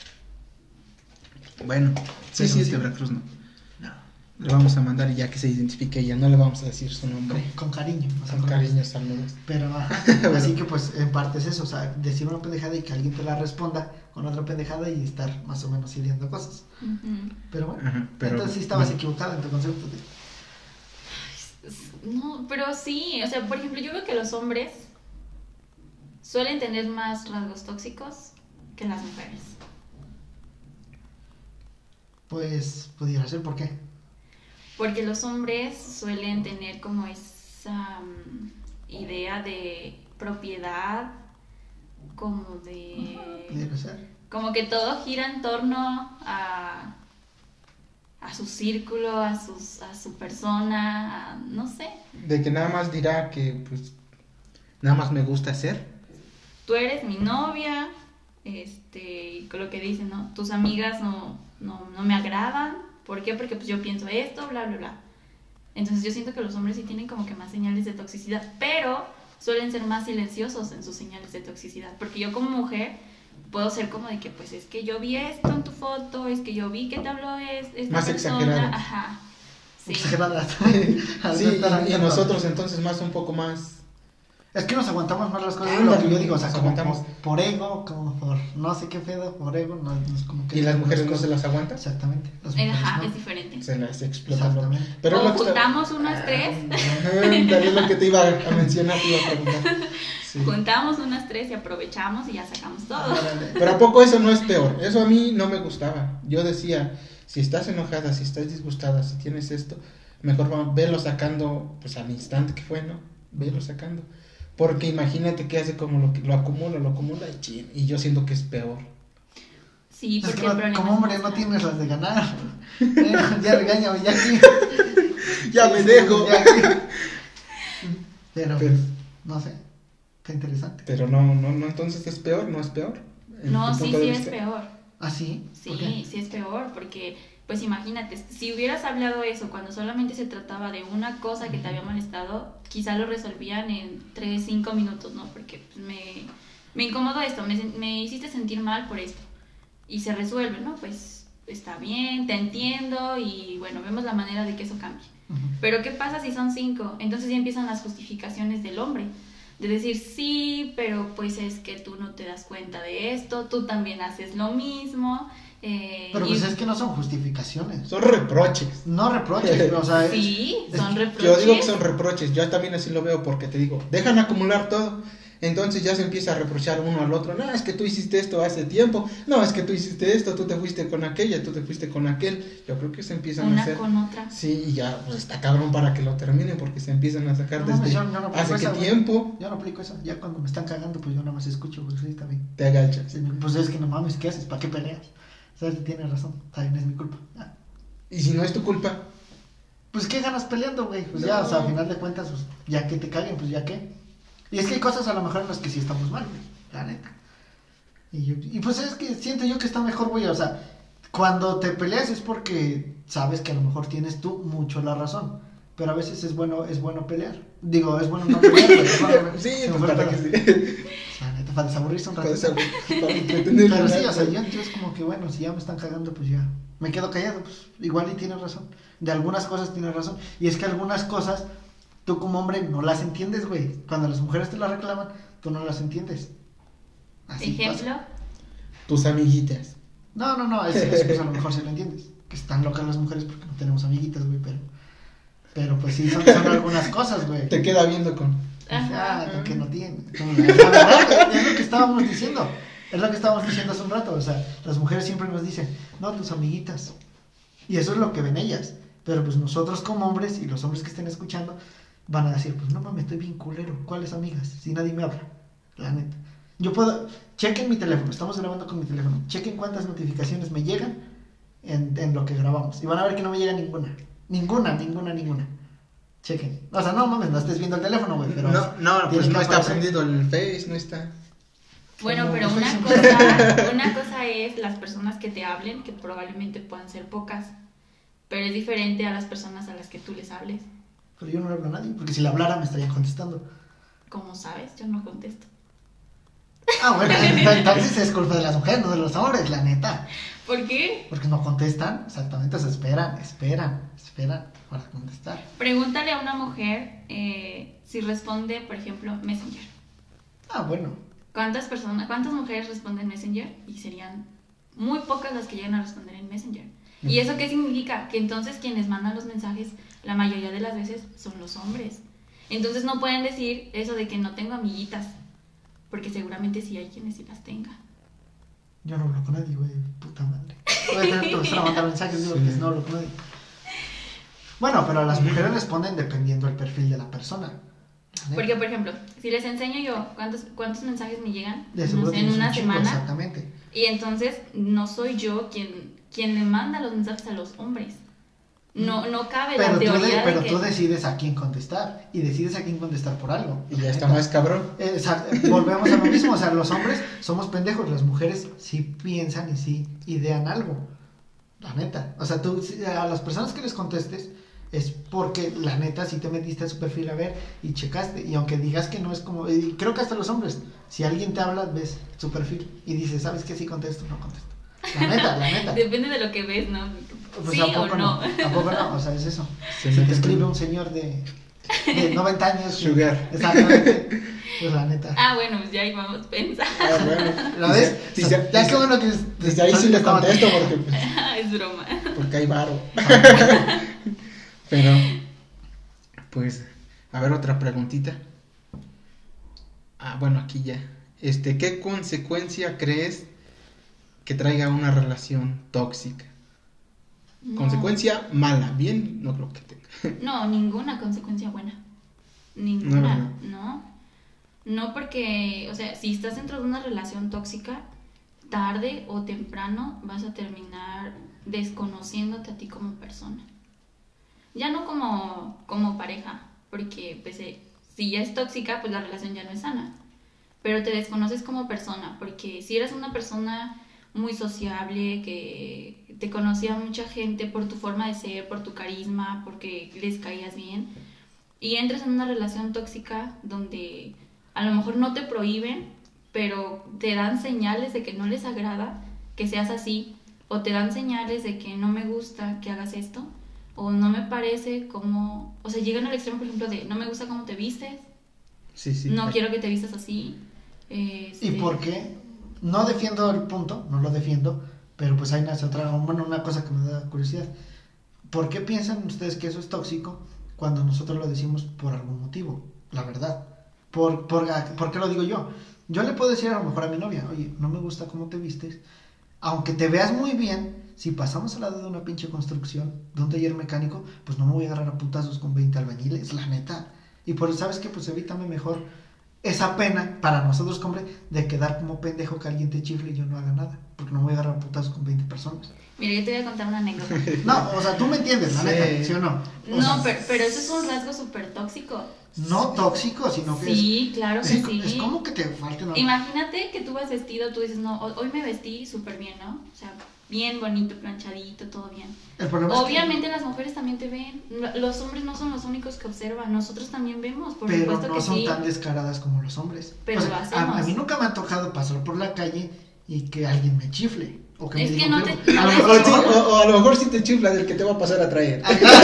Bueno, sí, Pero sí, es sí. de Veracruz, ¿no? No. Le vamos a mandar y ya que se identifique ella, no le vamos a decir su Con, nombre. con cariño. o sea, Con con- cariño, saludos. Pero, ajá. Bueno. Así que, pues, en parte es eso. O sea, decir una pendejada y que alguien te la responda con otra pendejada y estar más o menos ideando cosas. Ujú. Pero bueno. Ajá, pero, entonces sí estabas bueno. equivocada en tu concepto de. No, pero sí, o sea, por ejemplo, yo veo que los hombres suelen tener más rasgos tóxicos que las mujeres. Pues pudiera ser, ¿por qué? Porque los hombres suelen tener como esa um, idea de propiedad, como de... Pudiera ser. Como que todo gira en torno a, a su círculo, a, sus, a su persona, a, no sé. De que nada más dirá que, pues, nada más me gusta hacer. Tú eres mi novia, este, y con lo que dicen, ¿no? Tus amigas no, no, no me agradan. ¿Por qué? Porque pues yo pienso esto, bla, bla, bla. Entonces yo siento que los hombres sí tienen como que más señales de toxicidad, pero suelen ser más silenciosos en sus señales de toxicidad. Porque yo como mujer puedo ser como de que, pues, es que yo vi esto en tu foto, es que yo vi que te habló es, esta Más persona. exageradas. Ajá. Sí. Exageradas. Sí, y, y nosotros entonces más un poco más... Es que nos aguantamos más las cosas, Ah, es lo no, que yo digo, o sea, nos como aguantamos. por, por ego, como por no sé qué pedo, por ego, no, no es como que... ¿Y las mujeres no cosas- se las aguantan? Exactamente. Las Eh, mujeres Ajá, no. es diferente. Se las explotan. Exactamente. Pero o es lo que está- juntamos unas tres, Ándale, es lo que te iba a mencionar, te iba a preguntar. Sí. juntamos unas tres y aprovechamos y ya sacamos todo. Pero ¿a poco eso no es peor? Eso a mí no me gustaba. Yo decía, si estás enojada, si estás disgustada, si tienes esto, mejor va- velo sacando, pues al instante que fue, ¿no? Velo sacando. Porque imagínate que hace como lo, que- lo acumula, lo acumula y chin, y yo siento que es peor. Sí, Es porque que el no- problema como es hombre más no grande. tienes las de ganar. Eh, ya regáñame, ya aquí. Ya me dejo. Ya aquí. Pero, Pero- no sé, qué interesante. Pero no, no, no, entonces es peor, no es peor. En No, tu sí, punto de sí es vista. peor. ¿Ah, sí? ¿Por qué? Sí, sí es peor, porque, pues imagínate, si hubieras hablado eso cuando solamente se trataba de una cosa que te había molestado, quizá lo resolvían en tres, cinco minutos, ¿no? Porque pues, me, me incomodó esto, me, me hiciste sentir mal por esto. Y se resuelve, ¿no? Pues está bien, te entiendo y bueno, vemos la manera de que eso cambie. Ujú. Pero ¿qué pasa si son cinco? Entonces ya empiezan las justificaciones del hombre. De decir, sí, pero pues es que tú no te das cuenta de esto, tú también haces lo mismo. Eh, Pero y- pues es que no son justificaciones. Son reproches. No reproches, pero, o sea, es- Sí, es son que reproches. Yo digo que son reproches, yo también así lo veo porque te digo, dejan acumular todo, entonces ya se empieza a reprochar uno al otro, no, es que tú hiciste esto hace tiempo, no, es que tú hiciste esto, tú te fuiste con aquella, tú te fuiste con aquel, yo creo que se empiezan a Una hacer, con otra. sí, y ya, pues está cabrón para que lo terminen porque se empiezan a sacar No mames, desde yo- yo no aplico hace qué esa, güey. tiempo, yo no aplico eso. Ya cuando me están cagando, pues yo nada más escucho, pues sí, está bien. te agachas, Sí, pues es que no mames, ¿qué haces? ¿Para qué peleas? O sea, tienes razón, está bien, es mi culpa. Ah. y si no es tu culpa, Pues qué ganas peleando, güey. Pues ya, No. o sea, al final de cuentas, pues ya que te caguen, pues ya qué. Y es que hay cosas a lo mejor en las que sí estamos mal, güey, la neta. Y, yo- y pues es que siento yo que está mejor, güey, o sea, cuando te peleas es porque sabes que a lo mejor tienes tú mucho la razón. Pero a veces es bueno, es bueno pelear. Digo, es bueno no pelear, güey. es bueno- sí, se me pues fue el para pedo. que sí, La neta, para desaburrirse un para, ratito. esa- para entretener Pero un sí, rato. o sea, yo, yo es como que bueno, si ya me están cagando, pues ya me quedo callado, pues igual y tienes razón. De algunas cosas tienes razón. Y es que algunas cosas tú como hombre no las entiendes, güey. Cuando las mujeres te las reclaman, tú no las entiendes. Así Ejemplo, pasa. tus amiguitas, No, no, no, eso, eso, pues a lo mejor sí lo entiendes. Que están locas las mujeres porque no tenemos amiguitas, güey, pero... Pero pues sí, son, son algunas cosas, güey. te queda viendo con, Ah, ajá. lo que no tiene. Como la- la verdad, güey, es lo que estábamos diciendo. Es lo que estábamos diciendo hace un rato. O sea, las mujeres siempre nos dicen, no, tus amiguitas. Y eso es lo que ven ellas. Pero pues nosotros como hombres y los hombres que estén escuchando van a decir, pues no mames, estoy bien culero. ¿Cuáles amigas? Si nadie me habla. La neta. Yo puedo, chequen mi teléfono, estamos grabando con mi teléfono. Chequen cuántas notificaciones me llegan en, en lo que grabamos. Y van a ver que no me llega ninguna. Ninguna, ninguna, ninguna. Chequen. O sea, no mames, no estés viendo el teléfono, güey. Pero no, no, tiene pues que no está aparecer. prendido el Face, no está. Bueno, Como pero en una Facebook. cosa, una cosa es las personas que te hablen, que probablemente puedan ser pocas, pero es diferente a las personas a las que tú les hables. Pero yo no le hablo a nadie, porque si le hablara me estarían contestando. Como sabes, yo no contesto. Ah, bueno, entonces es culpa de las mujeres, no de los hombres, la neta. ¿Por qué? Porque no contestan, exactamente, se esperan, esperan, esperan para contestar. Pregúntale a una mujer eh, si responde, por ejemplo, Messenger. Ah, bueno. ¿Cuántas personas, cuántas mujeres responden Messenger? Y serían muy pocas las que llegan a responder en Messenger. ¿Y eso qué significa? Que entonces quienes mandan los mensajes, la mayoría de las veces, son los hombres. Entonces no pueden decir eso de que no tengo amiguitas. porque seguramente sí hay quienes sí las tengan. Yo no hablo con nadie, güey, puta madre. Voy a tener que empezar a mandar mensajes, digo, sí. que no hablo con nadie. Bueno, pero a las mujeres responden dependiendo del perfil de la persona. Porque, por ejemplo, si les enseño yo cuántos, cuántos mensajes me llegan de seguro en una chingo, semana, exactamente. Y entonces no soy yo quien, quien le manda los mensajes a los hombres. No, no cabe pero la teoría tú de, Pero de que... tú decides a quién contestar, y decides a quién contestar por algo. Y ya está más cabrón. Exacto, volvemos a lo mismo, o sea, los hombres somos pendejos, las mujeres sí piensan y sí idean algo. La neta, o sea, tú a las personas que les contestes es porque la neta sí te metiste a su perfil a ver y checaste, y aunque digas que no es como, y creo que hasta los hombres, si alguien te habla, ves su perfil y dices, ¿sabes qué? Sí contesto, no contesto. La neta, la neta. Depende de lo que ves, ¿no? Pues sí ¿a poco o no. no? ¿A poco no? O sea, es eso. Se si te escribe un señor de, de noventa años. Sugar. Exactamente. Pues la neta. Ah, bueno, pues ya íbamos a pensar. Ah, bueno. ¿La ves? Dice, O sea, dice, ya qué bueno que... Desde ahí sí le contesto porque... Pues, es broma. porque hay varo. Pero... Pues... A ver, otra preguntita. Ah, bueno, aquí ya. Este, ¿qué consecuencia crees que traiga una relación tóxica? No. Consecuencia mala, bien, no creo que tenga. No, ninguna consecuencia buena. Ninguna, No, no. No, porque, o sea, si estás dentro de una relación tóxica, tarde o temprano vas a terminar desconociéndote a ti como persona. Ya no como, como pareja, porque pues, eh, si ya es tóxica, pues la relación ya no es sana. Pero te desconoces como persona, porque si eres una persona muy sociable, que te conocía mucha gente por tu forma de ser, por tu carisma, porque les caías bien, y entras en una relación tóxica donde a lo mejor no te prohíben, pero te dan señales de que no les agrada que seas así, o te dan señales de que no me gusta que hagas esto, o no me parece como, o sea, llegan al extremo, por ejemplo, de no me gusta cómo te vistes, sí, sí, no sí. quiero que te vistas así. Este... ¿Y por qué? No defiendo el punto, no lo defiendo, pero pues hay una, otra, bueno, una cosa que me da curiosidad. ¿Por qué piensan ustedes que eso es tóxico cuando nosotros lo decimos por algún motivo? La verdad. ¿Por, por, ¿Por qué lo digo yo? Yo le puedo decir a lo mejor a mi novia, oye, no me gusta cómo te vistes, aunque te veas muy bien, si pasamos al lado de una pinche construcción, de un taller mecánico, pues no me voy a agarrar a putazos con veinte albañiles, la neta. Y por eso, ¿sabes qué? Pues evítame mejor esa pena para nosotros, hombre, de quedar como pendejo que alguien te chifle y yo no haga nada, porque no me voy a agarrar a putazos con veinte personas. Mira, yo te voy a contar una anécdota. No, o sea, tú me entiendes, la Sí. neta, ¿sí o no? O No, sea, pero, pero eso es un rasgo súper tóxico. no tóxico, sino que Sí, claro es, que es, sí. es como que te falte una... Imagínate que tú vas vestido, tú dices, no, hoy me vestí súper bien, ¿no? O sea, bien bonito, planchadito, todo bien. El problema Obviamente es que... las mujeres también te ven. Los hombres no son los únicos que observan, nosotros también vemos, por pero supuesto no que son sí. tan descaradas como los hombres. Pero o sea, lo hacemos. A, a mí nunca me ha tocado pasar por la calle y que alguien me chifle. O que Es me que diga, no "Pero, te- a no lo te- mejor O, sí, sí, o- o a lo mejor sí te chifla del que te va a pasar a traer.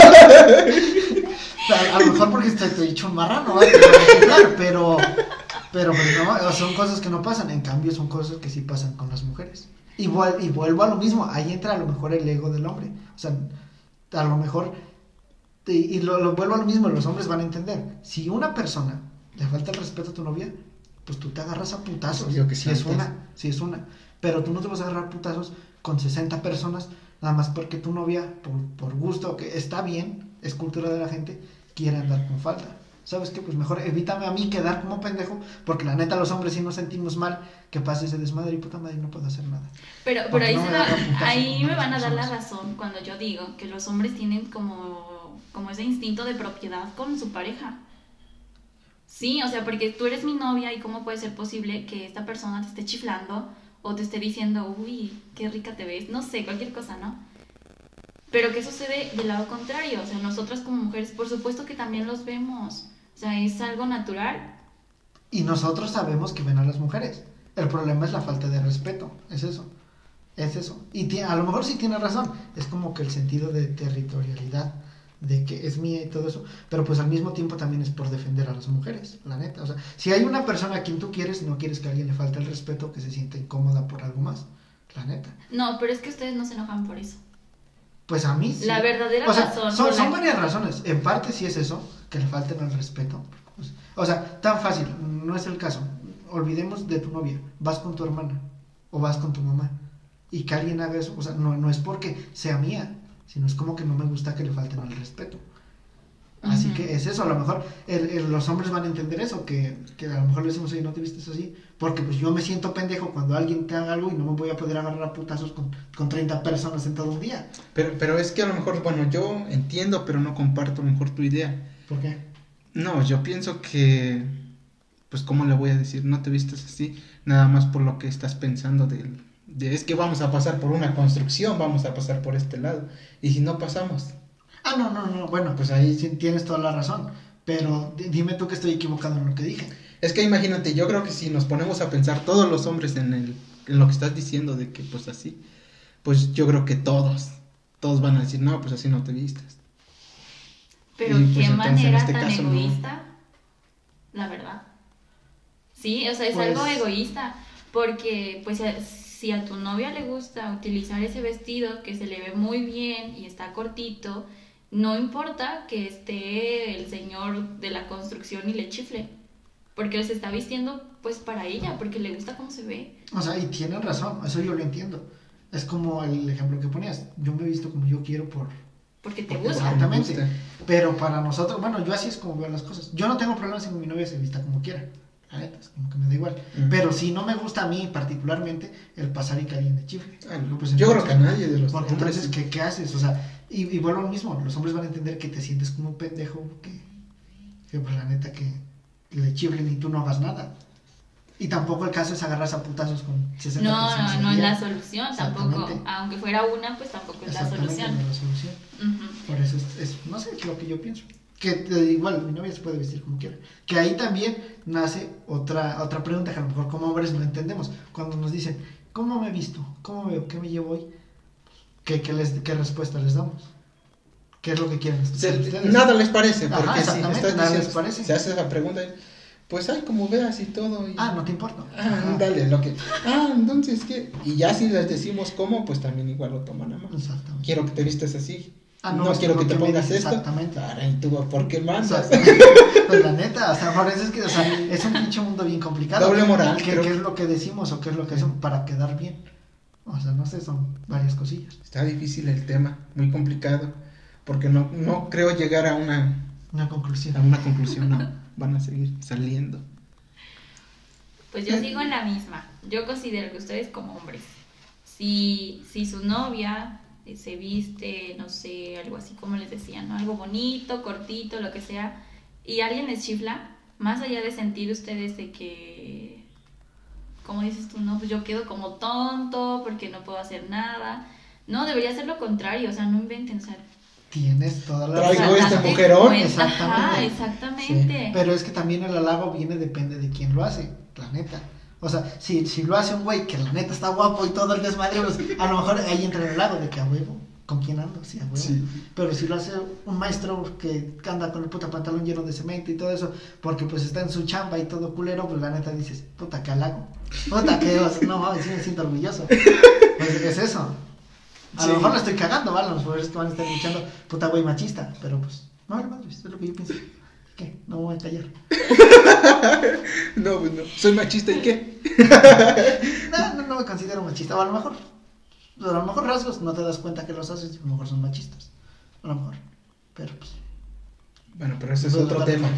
a, a lo mejor porque estoy, estoy hecho un marrano, ¿vale? Claro, pero, pero pues, no, son cosas que no pasan. En cambio, son cosas que sí pasan con las mujeres. Y, vuel- y vuelvo a lo mismo. Ahí entra a lo mejor el ego del hombre. O sea, a lo mejor... Y, y lo, lo vuelvo a lo mismo, los hombres van a entender. Si una persona le falta el respeto a tu novia, pues tú te agarras a putazos. Yo que si es santas. una, si es una. Pero tú no te vas a agarrar a putazos con sesenta personas, nada más porque tu novia, por, por gusto, que está bien, es cultura de la gente, quiere andar con falda. ¿Sabes qué? Pues mejor evítame a mí quedar como pendejo, porque la neta los hombres sí nos sentimos mal que pase ese desmadre y puta madre no puedo hacer nada. Pero, pero Porque ahí, no se me va- agarran putazos ahí con me van a otras dar la personas. razón cuando yo digo que los hombres tienen como, como ese instinto de propiedad con su pareja. Sí, o sea, porque tú eres mi novia y cómo puede ser posible que esta persona te esté chiflando o te esté diciendo, uy, qué rica te ves, no sé, cualquier cosa, ¿no? Pero ¿qué sucede del lado contrario? O sea, nosotras como mujeres, por supuesto que también los vemos. O sea, es algo natural. Y nosotros sabemos que ven a las mujeres. El problema es la falta de respeto. Es eso. Es eso. Y ti- a lo mejor sí tiene razón. Es como que el sentido de territorialidad, de que es mía y todo eso. Pero pues al mismo tiempo también es por defender a las mujeres, la neta. O sea, si hay una persona a quien tú quieres, no quieres que a alguien le falte el respeto, que se sienta incómoda por algo más. La neta. No, pero es que ustedes no se enojan por eso. Pues a mí sí. La verdadera o sea, razón Son, por son la- varias razones. En parte sí es eso, que le falten el respeto. Pues, o sea, tan fácil, no es el caso. olvidemos de tu novia, vas con tu hermana o vas con tu mamá y que alguien haga eso, o sea, no, no es porque sea mía, sino es como que no me gusta que le falten al respeto. Así uh-huh. que es eso, a lo mejor el, el, los hombres van a entender eso, que, que a lo mejor le decimos, oye, no te vistes así, porque pues yo me siento pendejo cuando alguien te haga algo y no me voy a poder agarrar a putazos con, con treinta personas en todo un día. Pero, pero es que a lo mejor, bueno, yo entiendo, pero no comparto a lo mejor tu idea. ¿Por qué? No, yo pienso que, pues, ¿cómo le voy a decir? No te vistes así, nada más por lo que estás pensando de, de es que vamos a pasar por una construcción, vamos a pasar por este lado, y si no pasamos... Ah, no, no, no, bueno, pues ahí sí tienes toda la razón, pero d- dime tú que estoy equivocado en lo que dije. Es que imagínate, yo creo que si nos ponemos a pensar todos los hombres en, el, en lo que estás diciendo de que pues así, pues yo creo que todos, todos van a decir, no, pues así no te vistas. Pero Y, qué pues, entonces, manera en este tan caso, egoísta, no. La verdad. Sí, o sea, es Pues... algo egoísta, porque pues si a tu novia le gusta utilizar ese vestido que se le ve muy bien y está cortito, no importa que esté el señor de la construcción y le chifle, porque se está vistiendo pues para ella, porque le gusta cómo se ve. O sea, y tienen razón, eso yo lo entiendo. Es como el ejemplo que ponías, yo me he visto como yo quiero por... Porque te porque gusta. Exactamente, gusta. Pero para nosotros, bueno, yo así es como veo las cosas. Yo no tengo problemas en que mi novia se vista como quiera, la neta, es como que me da igual. Mm. Pero sí no me gusta a mí particularmente el pasar y que alguien me chifle. Ah, no, pues yo creo que a nadie de los porque hombres... entonces, ¿qué, ¿qué haces? O sea, y, y vuelvo lo mismo, los hombres van a entender que te sientes como un pendejo, que, que pues la neta que le chiflen y tú no hagas nada. Y tampoco el caso es agarrarse a putazos con sesenta no, personas. No, no es la solución tampoco. Aunque fuera una, pues tampoco es la solución. No es la solución. Uh-huh. Por eso es, es, no sé, es lo que yo pienso. Que eh, igual mi novia se puede vestir como quiera. Que ahí también nace otra otra pregunta que a lo mejor como hombres no entendemos. Cuando nos dicen, ¿cómo me he visto? ¿Cómo me veo? ¿Qué me llevo hoy? ¿Qué, qué, les, qué respuesta les damos? ¿Qué es lo que quieren ustedes? Nada les parece, porque Ajá, si estás nada diciendo, les parece. se hace la pregunta, pues ay, como veas y todo. Y... Ah, no te importa. Ah, dale, lo que. Ah, entonces, ¿qué? Y ya si les decimos cómo, pues también igual lo toman a mano. Exactamente. Quiero que te vistes así. Ah, no, no quiero que te pongas dices, esto. Exactamente. Ahora, ¿y tú por qué mandas? Pues la neta, o sea, por eso es que, o sea, es un pinche mundo bien complicado. Doble moral. ¿Qué, creo... ¿Qué es lo que decimos o qué es lo que hacemos para quedar bien? O sea, no sé, son varias cosillas. Está difícil el tema, muy complicado, porque no, no creo llegar a una... Una conclusión. A una conclusión, no. Van a seguir saliendo. Pues yo sigo en la misma. Yo considero que ustedes como hombres, si, si su novia se viste, no sé, algo así como les decía, ¿no? Algo bonito, cortito, lo que sea, y alguien les chifla, más allá de sentir ustedes de que, como dices tú, no, pues yo quedo como tonto porque no puedo hacer nada. No, debería ser lo contrario, o sea, no inventen, o sea, tienes toda la traigo razón. o sea, este mujerón. Exactamente. Ajá, exactamente. Sí. Pero es que también el halago viene, depende de quién lo hace, la neta. O sea, si, si lo hace un güey que la neta está guapo y todo el desmadre, pues a lo mejor ahí entra el halago de que a huevo, ¿con quién ando? Sí, a huevo. Sí. Pero si lo hace un maestro que anda con el puta pantalón lleno de cemento y todo eso, porque pues está en su chamba y todo culero, pues la neta dices, puta, qué halago. Puta, que no mames, sí me siento orgulloso. Pues es eso. A sí. lo mejor lo estoy cagando, ¿vale? Los pobres que van a estar escuchando, puta güey machista, pero pues, no, madre, eso es lo que yo pienso. ¿Qué? No me voy a callar. No, pues no. ¿Soy machista y qué? no, no, no me considero machista. O a lo mejor, a lo mejor rasgos no te das cuenta que los haces y a lo mejor son machistas. A lo mejor. Pero pues. Bueno, pero ese es otro tema.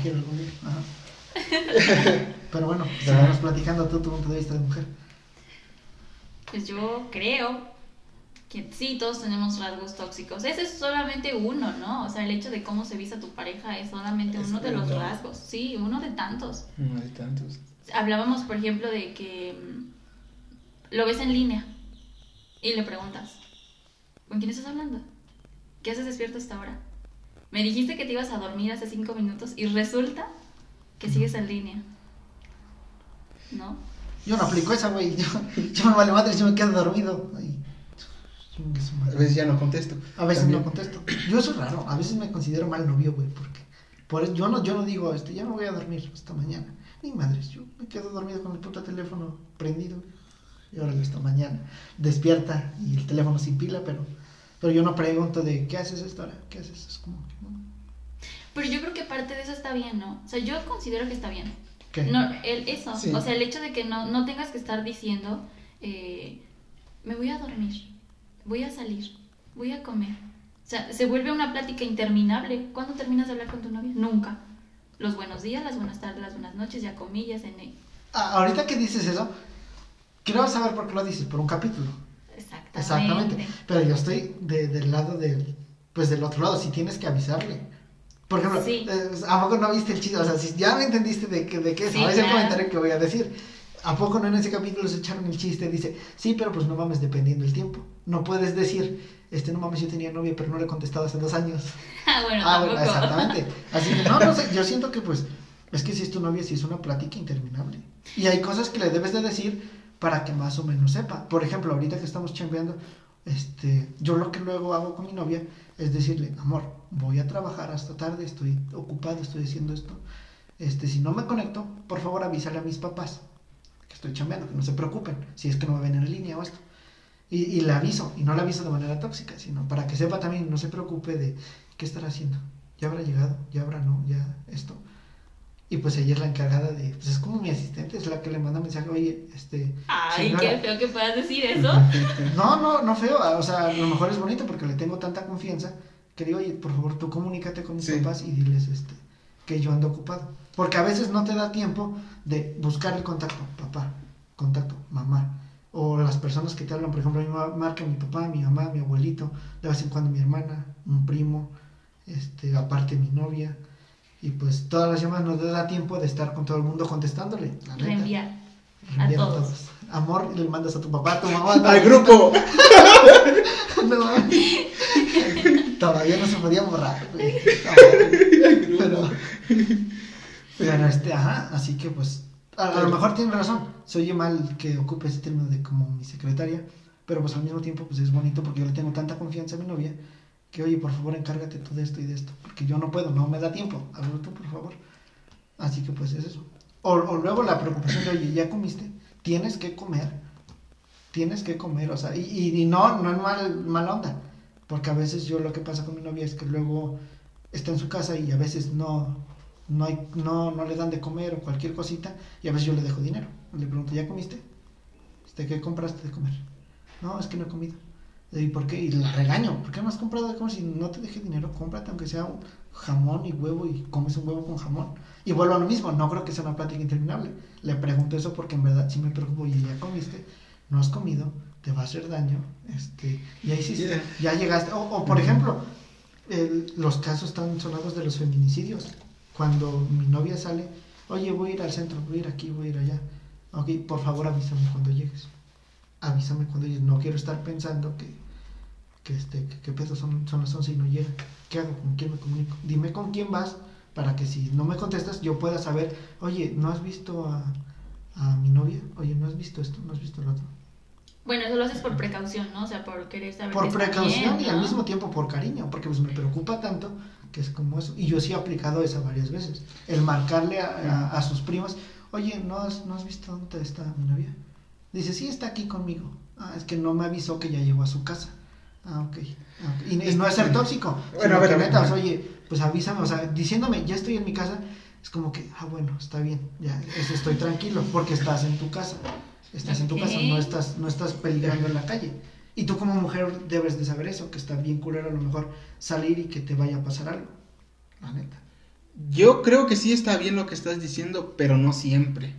Ajá. Pero bueno, sigamos platicando tú tu punto de vista de mujer. Pues yo creo que sí, todos tenemos rasgos tóxicos. Ese es solamente uno, ¿no? O sea, el hecho de cómo se viste tu pareja es solamente es uno de los rasgos. Sí, uno de tantos. Uno de tantos. Hablábamos, por ejemplo, de que lo ves en línea y le preguntas, ¿con quién estás hablando? ¿Qué haces despierto hasta ahora? Me dijiste que te ibas a dormir hace cinco minutos y resulta que sigues en línea, ¿no? Yo no aplico esa, güey. Yo, yo me vale madre, yo me quedo dormido. Ay. A veces ya no contesto. A veces También. no contesto. Yo soy raro. A veces me considero mal novio, güey, porque por eso, yo no yo no digo, este, ya me voy a dormir hasta mañana. Ni madres, yo me quedo dormido con el puto teléfono prendido. Y ahora hasta mañana. Despierta y el teléfono sin pila, pero pero yo no pregunto de ¿qué haces a esta hora? ¿Qué haces? Es como que no. Pero yo creo que parte de eso está bien, ¿no? O sea, yo considero que está bien. ¿Qué? No, el, eso, Sí. o sea, el hecho de que no, no tengas que estar diciendo, eh, me voy a dormir, voy a salir, voy a comer. O sea, se vuelve una plática interminable. ¿Cuándo terminas de hablar con tu novia? Nunca. Los buenos días, las buenas tardes, las buenas noches, ya comí, ya cené. Ah, ahorita que dices eso, quiero saber por qué lo dices, por un capítulo. Exactamente. Exactamente. Pero yo estoy de- del lado del, pues del otro lado, si tienes que avisarle. Por ejemplo, Sí. eh, ¿a poco no viste el chiste? O sea, si ya me entendiste de, que- de qué es, Sí, ahora es el claro. comentario que voy a decir. ¿A poco no en ese capítulo se echaron el chiste? Dice, sí, pero pues no mames, dependiendo del tiempo. No puedes decir, este, no mames, yo tenía novia, pero no le he contestado hace dos años. Ah, bueno, Ah, tampoco. bueno, exactamente. Así que no, no sé, yo siento que pues, es que si es tu novia, sí es una plática interminable. Y hay cosas que le debes de decir para que más o menos sepa. Por ejemplo, ahorita que estamos chambeando, este, yo lo que luego hago con mi novia es decirle, amor, voy a trabajar hasta tarde, estoy ocupado, estoy haciendo esto. Este, si no me conecto, por favor avísale a mis papás que estoy chambeando, que no se preocupen, si es que no me ven en línea o esto. Y, y le aviso, y no le aviso de manera tóxica, sino para que sepa también, no se preocupe de qué estará haciendo. Ya habrá llegado, ya habrá no, ya esto. Y pues ella es la encargada de, pues es como mi asistente, es la que le manda mensaje, oye, este... Ay, señora, qué feo que puedas decir eso. no, no, no feo, o sea, a lo mejor es bonito porque le tengo tanta confianza que digo, oye, por favor, tú comunícate con mis Sí. papás y diles este, que yo ando ocupado. Porque a veces no te da tiempo de buscar el contacto, papá, contacto, mamá. O las personas que te hablan, por ejemplo, a mí me marca mi papá, mi mamá, mi abuelito, de vez en cuando mi hermana, un primo, este, aparte mi novia. Y pues todas las llamadas no te da tiempo de estar con todo el mundo contestándole. La neta. Reenviar. Reenviar a todos. Amor, y le mandas a tu papá, a tu mamá. ¡Al grupo! No, todavía no se podía borrar, güey. Pero, pero este, ajá, así que pues, a, a lo mejor tiene razón. Se oye mal que ocupe ese término de como mi secretaria, pero pues al mismo tiempo pues es bonito porque yo le tengo tanta confianza a mi novia que, oye, por favor encárgate tú de esto y de esto, porque yo no puedo, no me da tiempo, hazlo tú, por favor. Así que pues es eso. O, o luego la preocupación de, oye, ¿ya comiste? Tienes que comer. Tienes que comer, o sea, y, y, y no, no es mal, mala onda, porque a veces yo lo que pasa con mi novia es que luego está en su casa y a veces no, no, hay, no, no le dan de comer o cualquier cosita, y a veces yo le dejo dinero. Le pregunto, ¿ya comiste? ¿De qué compraste de comer? No, es que no he comido. ¿Y por qué? Y la regaño, ¿por qué no has comprado de comer? Si no te dejé dinero, cómprate aunque sea un jamón y huevo y comes un huevo con jamón. Y vuelvo a lo mismo, no creo que sea una plática interminable. Le pregunto eso porque en verdad sí me preocupo, y ya comiste, no has comido, te va a hacer daño, este, y ahí sí, Yeah. ya llegaste. O, o por ejemplo, el, los casos tan sonados de los feminicidios. Cuando mi novia sale, oye, voy a ir al centro, voy a ir aquí, voy a ir allá. Ok, por favor avísame cuando llegues. Avísame cuando llegues. No quiero estar pensando que, que este, que, que pedo son, son las once y no llega. ¿Qué hago? ¿Con quién me comunico? Dime con quién vas para que si no me contestas yo pueda saber, oye, ¿no has visto a, a mi novia? Oye, ¿no has visto esto? ¿No has visto lo otro? Bueno, eso lo haces por precaución, ¿no? O sea, por querer saber Por que está precaución bien, y al ¿no? mismo tiempo por cariño, porque pues me preocupa tanto que es como eso. Y yo sí he aplicado esa varias veces. El marcarle a, a, a sus primas, oye, ¿no has, ¿no has visto dónde está mi novia? Dice, sí, está aquí conmigo. Ah, es que no me avisó que ya llegó a su casa. Ah, ok. Ah, okay. Y, y no es ser tóxico. Bueno, Sino a ver, que a ver, neta, a ver. oye, pues avísame, o sea, diciéndome, ya estoy en mi casa, es como que, ah, bueno, está bien, ya es- estoy tranquilo, porque estás en tu casa. Estás en tu Ok. casa, no estás, no estás peligrando en la calle. Y tú como mujer debes de saber eso, que está bien culero a lo mejor salir y que te vaya a pasar algo. La neta. Yo creo que sí está bien lo que estás diciendo, pero no siempre.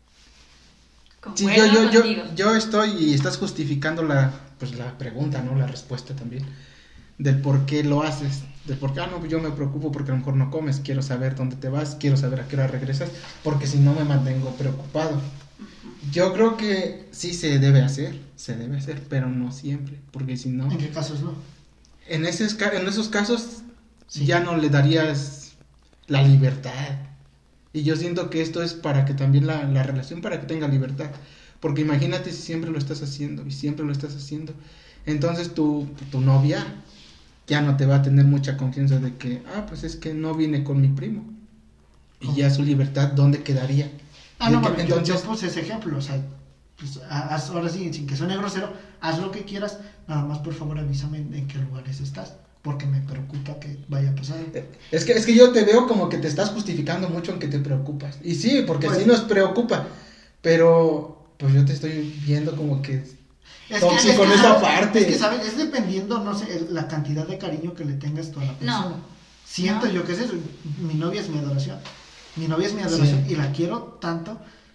Sí, yo, Concuerdo yo, yo, contigo. yo estoy y estás justificando la, pues la pregunta, ¿no? La respuesta también. Del por qué lo haces. Del por qué, ah, no, yo me preocupo porque a lo mejor no comes. Quiero saber dónde te vas, quiero saber a qué hora regresas, porque si no me mantengo preocupado. Yo creo que sí se debe hacer, se debe hacer, pero no siempre, porque si no... ¿En qué casos no? En, ese, en esos casos Sí. ya no le darías la libertad. Y yo siento que esto es para que también la, la relación, para que tenga libertad. Porque imagínate si siempre lo estás haciendo y siempre lo estás haciendo. Entonces tu, tu novia ya no te va a tener mucha confianza de que, ah, pues es que no vine con mi primo. Y ya su libertad, ¿dónde quedaría? Ah, De no, que- bueno, yo- entonces, yo, puse ese ejemplo, o sea, pues, a- a- ahora sí, sin que suene grosero, haz lo que quieras, nada más por favor avísame en, en qué lugares estás, porque me preocupa que vaya a pasar. Es que, es que yo te veo como que te estás justificando mucho en que te preocupas. Y sí, porque Pues- sí nos preocupa, pero pues yo te estoy viendo como que Es tóxico que, es en que, esa ¿sabes? parte. Es que, ¿sabes? Es dependiendo, no sé, el- la cantidad de cariño que le tengas tú a la persona. No. Siento No. yo que es eso. Mi novia es mi adoración. Mi novia es mi adoración Sí. y la quiero tanto.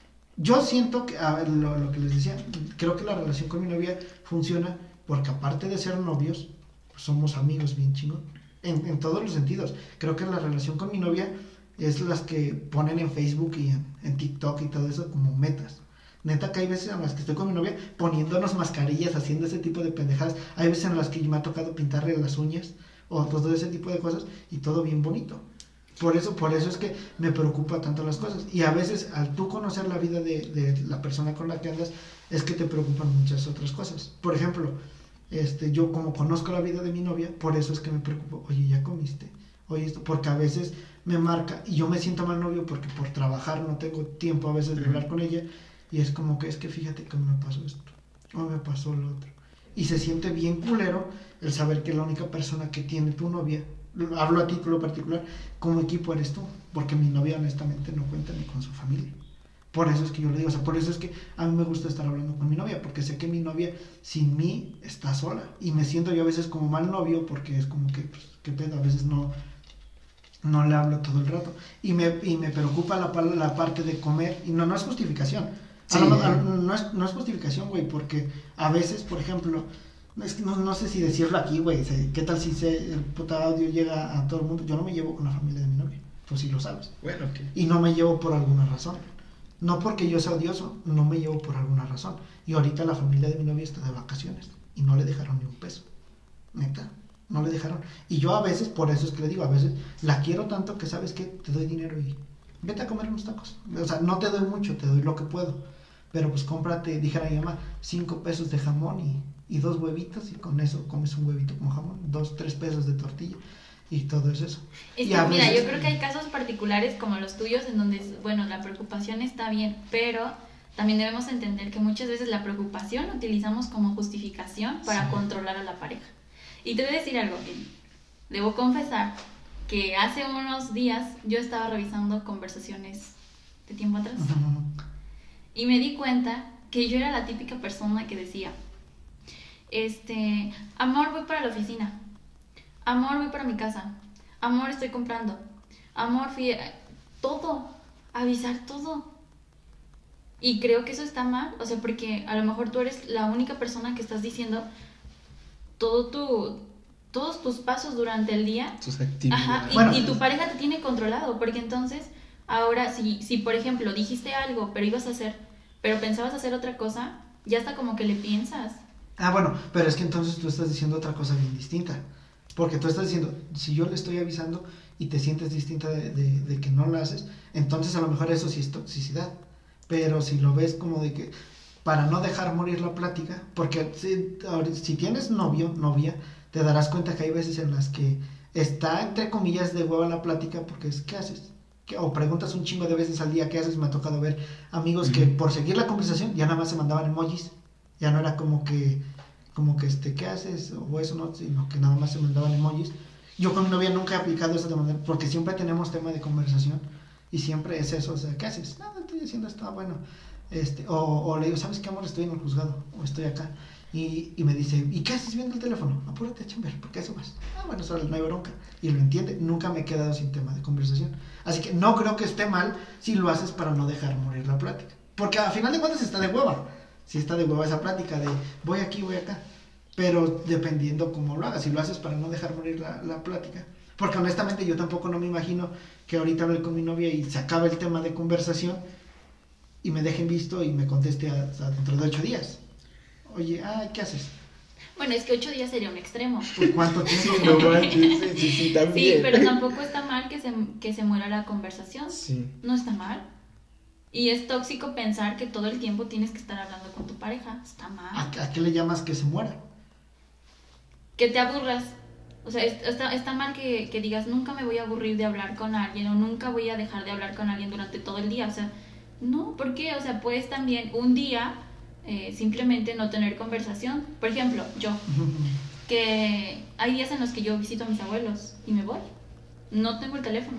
Yo siento que, a ver, lo, lo que les decía, creo que la relación con mi novia funciona porque aparte de ser novios, pues somos amigos bien chingón. En, en todos los sentidos. Creo que la relación con mi novia es las que ponen en Facebook y en, en TikTok y todo eso como metas. Neta que hay veces en las que estoy con mi novia poniéndonos mascarillas, haciendo ese tipo de pendejadas. Hay veces en las que me ha tocado pintarle las uñas o todo ese tipo de cosas y todo bien bonito. Por eso, por eso es que me preocupa tanto las cosas. Y a veces al tú conocer la vida de, de la persona con la que andas, es que te preocupan muchas otras cosas. Por ejemplo, este, yo como conozco la vida de mi novia, por eso es que me preocupo. Oye, ¿ya comiste? Oye, esto, porque a veces me marca y yo me siento mal novio porque por trabajar no tengo tiempo a veces de hablar con ella. Y es como que es que fíjate que me pasó esto, o me pasó lo otro. Y se siente bien culero el saber que la única persona que tiene tu novia, hablo a título particular, como equipo eres tú. Porque mi novia honestamente no cuenta ni con su familia. Por eso es que yo le digo, o sea, por eso es que a mí me gusta estar hablando con mi novia, porque sé que mi novia sin mí está sola. Y me siento yo a veces como mal novio, porque es como que, pues, qué pedo, a veces no, no le hablo todo el rato. Y me, y me preocupa la, la parte de comer, y no, no es justificación. Sí. A lo- a- no, es, no es justificación, güey, porque a veces, por ejemplo, es que no, no sé si decirlo aquí, güey, se- ¿qué tal si se, el puta audio llega a todo el mundo? Yo no me llevo con la familia de mi novia, pues si lo sabes. Bueno, que Y no me llevo por alguna razón. No porque yo sea odioso, no me llevo por alguna razón. Y ahorita la familia de mi novia está de vacaciones y no le dejaron ni un peso. Neta, no le dejaron. Y yo a veces, por eso es que le digo, a veces la quiero tanto que sabes que te doy dinero y vete a comer unos tacos. O sea, no te doy mucho, te doy lo que puedo. Pero pues cómprate, dijera mi mamá, cinco pesos de jamón y, y dos huevitos y con eso comes un huevito con jamón, dos, tres pesos de tortilla y todo es eso. Es Y que, a mira, veces- yo creo que hay casos particulares como los tuyos en donde, bueno, la preocupación está bien, pero también debemos entender que muchas veces la preocupación la utilizamos como justificación para Sí. controlar a la pareja. Y te voy a decir algo, Kenny. Debo confesar que hace unos días yo estaba revisando conversaciones de tiempo atrás Ujú. y me di cuenta que yo era la típica persona que decía, este, amor, voy para la oficina. Amor, voy para mi casa. Amor, estoy comprando. Amor, fui... Todo. Avisar todo. Y creo que eso está mal. O sea, porque a lo mejor tú eres la única persona que estás diciendo todo tu... todos tus pasos durante el día. tus actividades. Ajá. Y, Bueno. y tu pareja te tiene controlado. Porque entonces, ahora, si, si por ejemplo dijiste algo, pero ibas a hacer... pero pensabas hacer otra cosa, ya está como que le piensas. Ah, bueno, pero es que entonces tú estás diciendo otra cosa bien distinta. Porque tú estás diciendo, si yo le estoy avisando y te sientes distinta de, de, de que no lo haces, entonces a lo mejor eso sí es toxicidad. Pero si lo ves como de que, para no dejar morir la plática, porque si, ahora, si tienes novio, novia, te darás cuenta que hay veces en las que está, entre comillas, de hueva la plática, porque es, ¿qué haces? ¿Qué? O preguntas un chingo de veces al día, ¿qué haces? Me ha tocado ver amigos que Ujú. por seguir la conversación ya nada más se mandaban emojis. Ya no era como que, como que, este, ¿qué haces? O eso, no, sino que nada más se mandaban emojis. Yo con mi novia nunca he aplicado eso de manera, porque siempre tenemos tema de conversación y siempre es eso, o sea, ¿qué haces? Nada, estoy haciendo esto, bueno. Este, o, o le digo, ¿sabes qué, amor? Estoy en el juzgado, o estoy acá. Y, y me dice, ¿y qué haces viendo el teléfono? Apúrate a chambear, ¿por qué eso vas? Ah, bueno, eso no hay bronca. Y lo entiende, nunca me he quedado sin tema de conversación. Así que no creo que esté mal si lo haces para no dejar morir la plática. Porque a final de cuentas está de hueva. Si está de hueva esa plática de voy aquí, voy acá. Pero dependiendo cómo lo hagas, si lo haces para no dejar morir la, la plática. Porque honestamente yo tampoco no me imagino que ahorita hable con mi novia y se acabe el tema de conversación y me dejen visto y me conteste a, a dentro de ocho días. Oye, ay, ¿qué haces? Bueno, es que ocho días sería un extremo. ¿Por cuánto tiempo? No manches, sí, sí, sí, también. Sí, pero tampoco está mal que se, que se muera la conversación. Sí. No está mal. Y es tóxico pensar que todo el tiempo tienes que estar hablando con tu pareja. Está ¿A, mal. a qué le llamas que se muera? Que te aburras. O sea, es- está, está mal que, que digas, nunca me voy a aburrir de hablar con alguien o nunca voy a dejar de hablar con alguien durante todo el día. O sea, no, ¿por qué? O sea, puedes también un día eh, simplemente no tener conversación. Por ejemplo, yo, que hay días en los que yo visito a mis abuelos y me voy. No tengo el teléfono.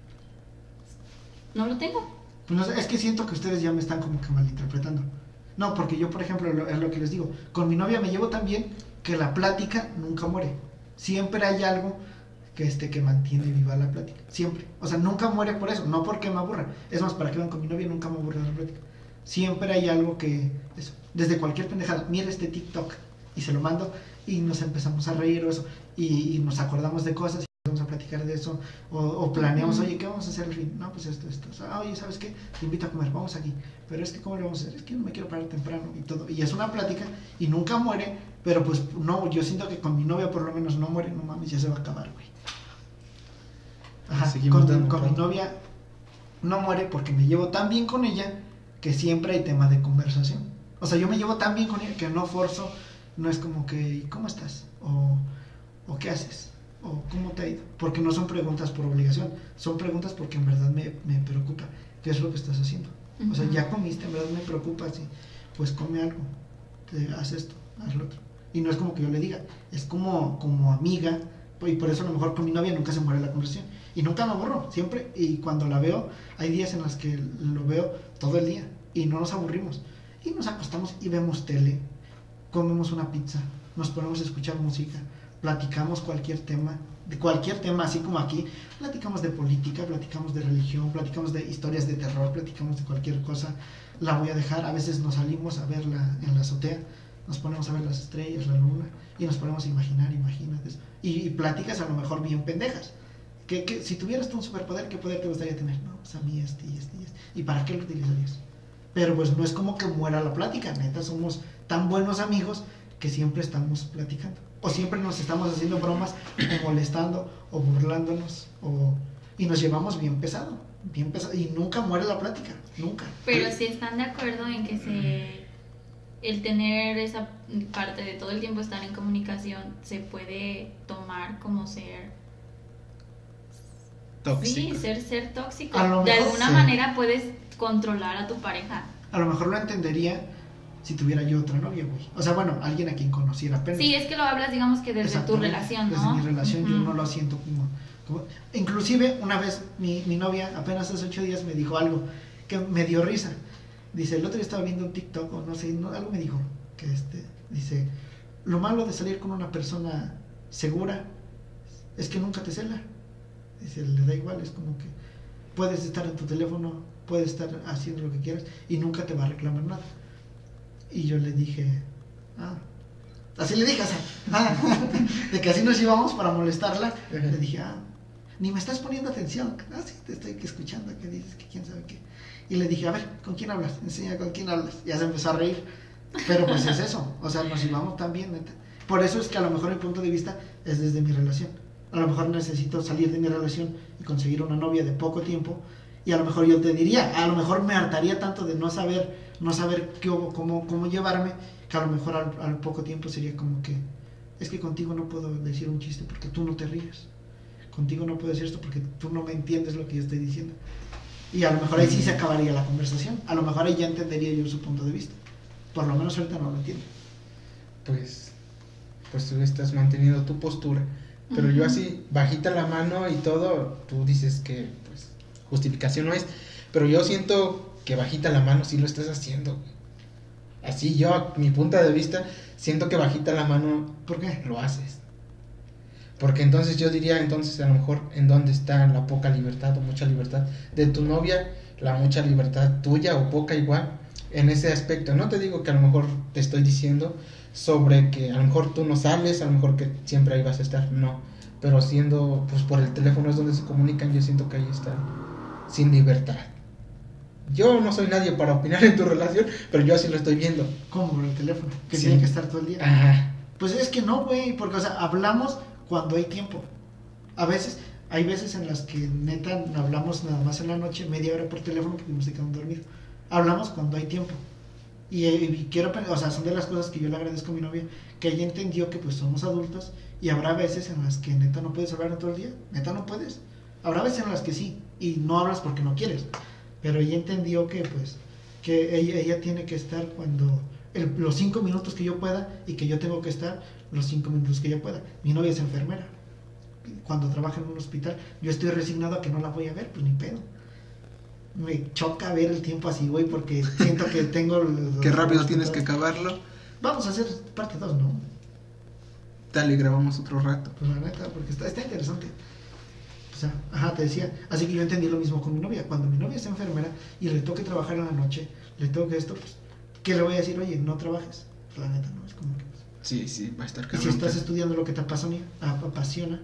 No lo tengo. Pues no sé, es que siento que ustedes ya me están como que malinterpretando. No, porque yo, por ejemplo, lo, es lo que les digo. Con mi novia me llevo tan bien que la plática nunca muere. Siempre hay algo que este que mantiene viva la plática. Siempre. O sea, nunca muere por eso. No porque me aburra. Es más, para que vean, con mi novia nunca me aburre la plática. Siempre hay algo que... Eso, desde cualquier pendejada. Mira este TikTok. Y se lo mando y nos empezamos a reír o eso. Y, y nos acordamos de cosas. Vamos a platicar de eso, o, o planeamos, oye, ¿qué vamos a hacer al fin? No, pues esto, esto, o sea, oye, ¿sabes qué? Te invito a comer, vamos aquí, pero es que ¿cómo lo vamos a hacer? Es que no me quiero parar temprano y todo, y es una plática y nunca muere, pero pues no, yo siento que con mi novia por lo menos no muere, no mames, ya se va a acabar, güey. Ajá, Seguimos con, con mi rato. novia no muere porque me llevo tan bien con ella que siempre hay tema de conversación. O sea, yo me llevo tan bien con ella que no forzo, no es como que, ¿cómo estás? O, o ¿qué haces? O ¿cómo te ha ido? Porque no son preguntas por obligación, son preguntas porque en verdad me, me preocupa. ¿Qué es lo que estás haciendo? Uh-huh. O sea, ya comiste, en verdad me preocupa, sí. Pues come algo, te, haz esto, haz lo otro. Y no es como que yo le diga, es como, como amiga, y por eso a lo mejor con mi novia nunca se muere la conversación. Y nunca me aburro, siempre. Y cuando la veo, hay días en los que lo veo todo el día y no nos aburrimos. Y nos acostamos y vemos tele, comemos una pizza, nos ponemos a escuchar música, platicamos cualquier tema, de cualquier tema, así como aquí, platicamos de política, platicamos de religión, platicamos de historias de terror, platicamos de cualquier cosa. La voy a dejar, a veces nos salimos a verla en la azotea, nos ponemos a ver las estrellas, la luna, y nos ponemos a imaginar, imagínate. Y, y pláticas a lo mejor bien pendejas. Que, que si tuvieras tú un superpoder, ¿qué poder te gustaría tener? No, pues a mí este y este y este. ¿Y para qué lo utilizarías? Pero pues no es como que muera la plática, neta, somos tan buenos amigos que siempre estamos platicando. O siempre nos estamos haciendo bromas, o molestando, o burlándonos, o... y nos llevamos bien pesado, bien pesado, y nunca muere la plática, nunca. Pero si están de acuerdo en que se... el tener esa parte de todo el tiempo estar en comunicación se puede tomar como ser... Tóxico. Sí, ser, ser tóxico. A lo de mejor, alguna sí. manera puedes controlar a tu pareja. A lo mejor lo entendería si tuviera yo otra novia, güey. O sea, bueno, alguien a quien conociera apenas. Sí, es que lo hablas, digamos que desde tu relación, ¿no? Desde mi relación, uh-huh. Yo no lo siento como, como... Inclusive, una vez, mi, mi novia, apenas hace ocho días, me dijo algo que me dio risa. Dice, el otro día estaba viendo un TikTok, o no sé, no, algo me dijo, que este, dice, lo malo de salir con una persona segura es que nunca te cela. Dice, le da igual, es como que puedes estar en tu teléfono, puedes estar haciendo lo que quieras y nunca te va a reclamar nada. Y yo le dije, ah, así le dije, o sea, ah, de que así nos íbamos para molestarla. Le dije, ah, ni me estás poniendo atención. Ah, sí, te estoy escuchando, que dices, que quién sabe qué. Y le dije, a ver, ¿con quién hablas? Enseña con quién hablas. Ya se empezó a reír. Pero pues es eso, o sea, nos íbamos tan bien, neta. Por eso es que a lo mejor mi punto de vista es desde mi relación. A lo mejor necesito salir de mi relación y conseguir una novia de poco tiempo. Y a lo mejor yo te diría, a lo mejor me hartaría tanto de no saber, no saber qué, cómo, cómo llevarme, que a lo mejor al, al poco tiempo sería como que, es que contigo no puedo decir un chiste porque tú no te ríes. Contigo no puedo decir esto porque tú no me entiendes lo que yo estoy diciendo. Y a lo mejor ahí sí se acabaría la conversación. A lo mejor ahí ya entendería yo su punto de vista. Por lo menos ahorita no lo entiendo. Pues, pues tú estás manteniendo tu postura. Pero uh-huh. Yo así, bajita la mano y todo, tú dices que pues justificación no es. Pero yo siento que bajita la mano sí lo estás haciendo. Así yo, a mi punto de vista, siento que bajita la mano, ¿por qué? Lo haces. Porque entonces yo diría, entonces a lo mejor en dónde está la poca libertad o mucha libertad de tu novia, la mucha libertad tuya o poca igual, en ese aspecto. No te digo que a lo mejor te estoy diciendo sobre que a lo mejor tú no sales, a lo mejor que siempre ahí vas a estar, no. Pero siendo, pues por el teléfono es donde se comunican, yo siento que ahí está sin libertad. Yo no soy nadie para opinar en tu relación, pero yo así lo estoy viendo. ¿Cómo? Por el teléfono, que sí. Tiene que estar todo el día. Ajá. Pues es que no, güey, porque, o sea, hablamos cuando hay tiempo. A veces, hay veces en las que neta hablamos nada más en la noche, media hora por teléfono porque me estoy quedando dormido. Hablamos cuando hay tiempo. Y, y quiero, o sea, son de las cosas que yo le agradezco a mi novia, que ella entendió que pues somos adultos y habrá veces en las que neta no puedes hablar todo el día, neta no puedes. Habrá veces en las que sí, y no hablas porque no quieres, pero ella entendió que pues, que ella, ella tiene que estar cuando, el- los cinco minutos que yo pueda y que yo tengo que estar los cinco minutos que yo pueda. Mi novia es enfermera. Cuando trabaja en un hospital, yo estoy resignado a que no la voy a ver, pues ni pedo. Me choca ver el tiempo así, güey, porque siento que tengo... el- Qué rápido los tienes que resultados. acabarlo. Vamos a hacer parte dos, ¿no? Dale, grabamos otro rato. Pues la neta, porque está, está interesante. O sea, ajá, te decía. Así que yo entendí lo mismo con mi novia. Cuando mi novia es enfermera y le toque trabajar en la noche, le toque esto, pues, ¿qué le voy a decir? Oye, no trabajes. Pues la neta, no, es como que... Sí, sí, va a estar Y si cabrón. estás estudiando lo que te apasiona, apasiona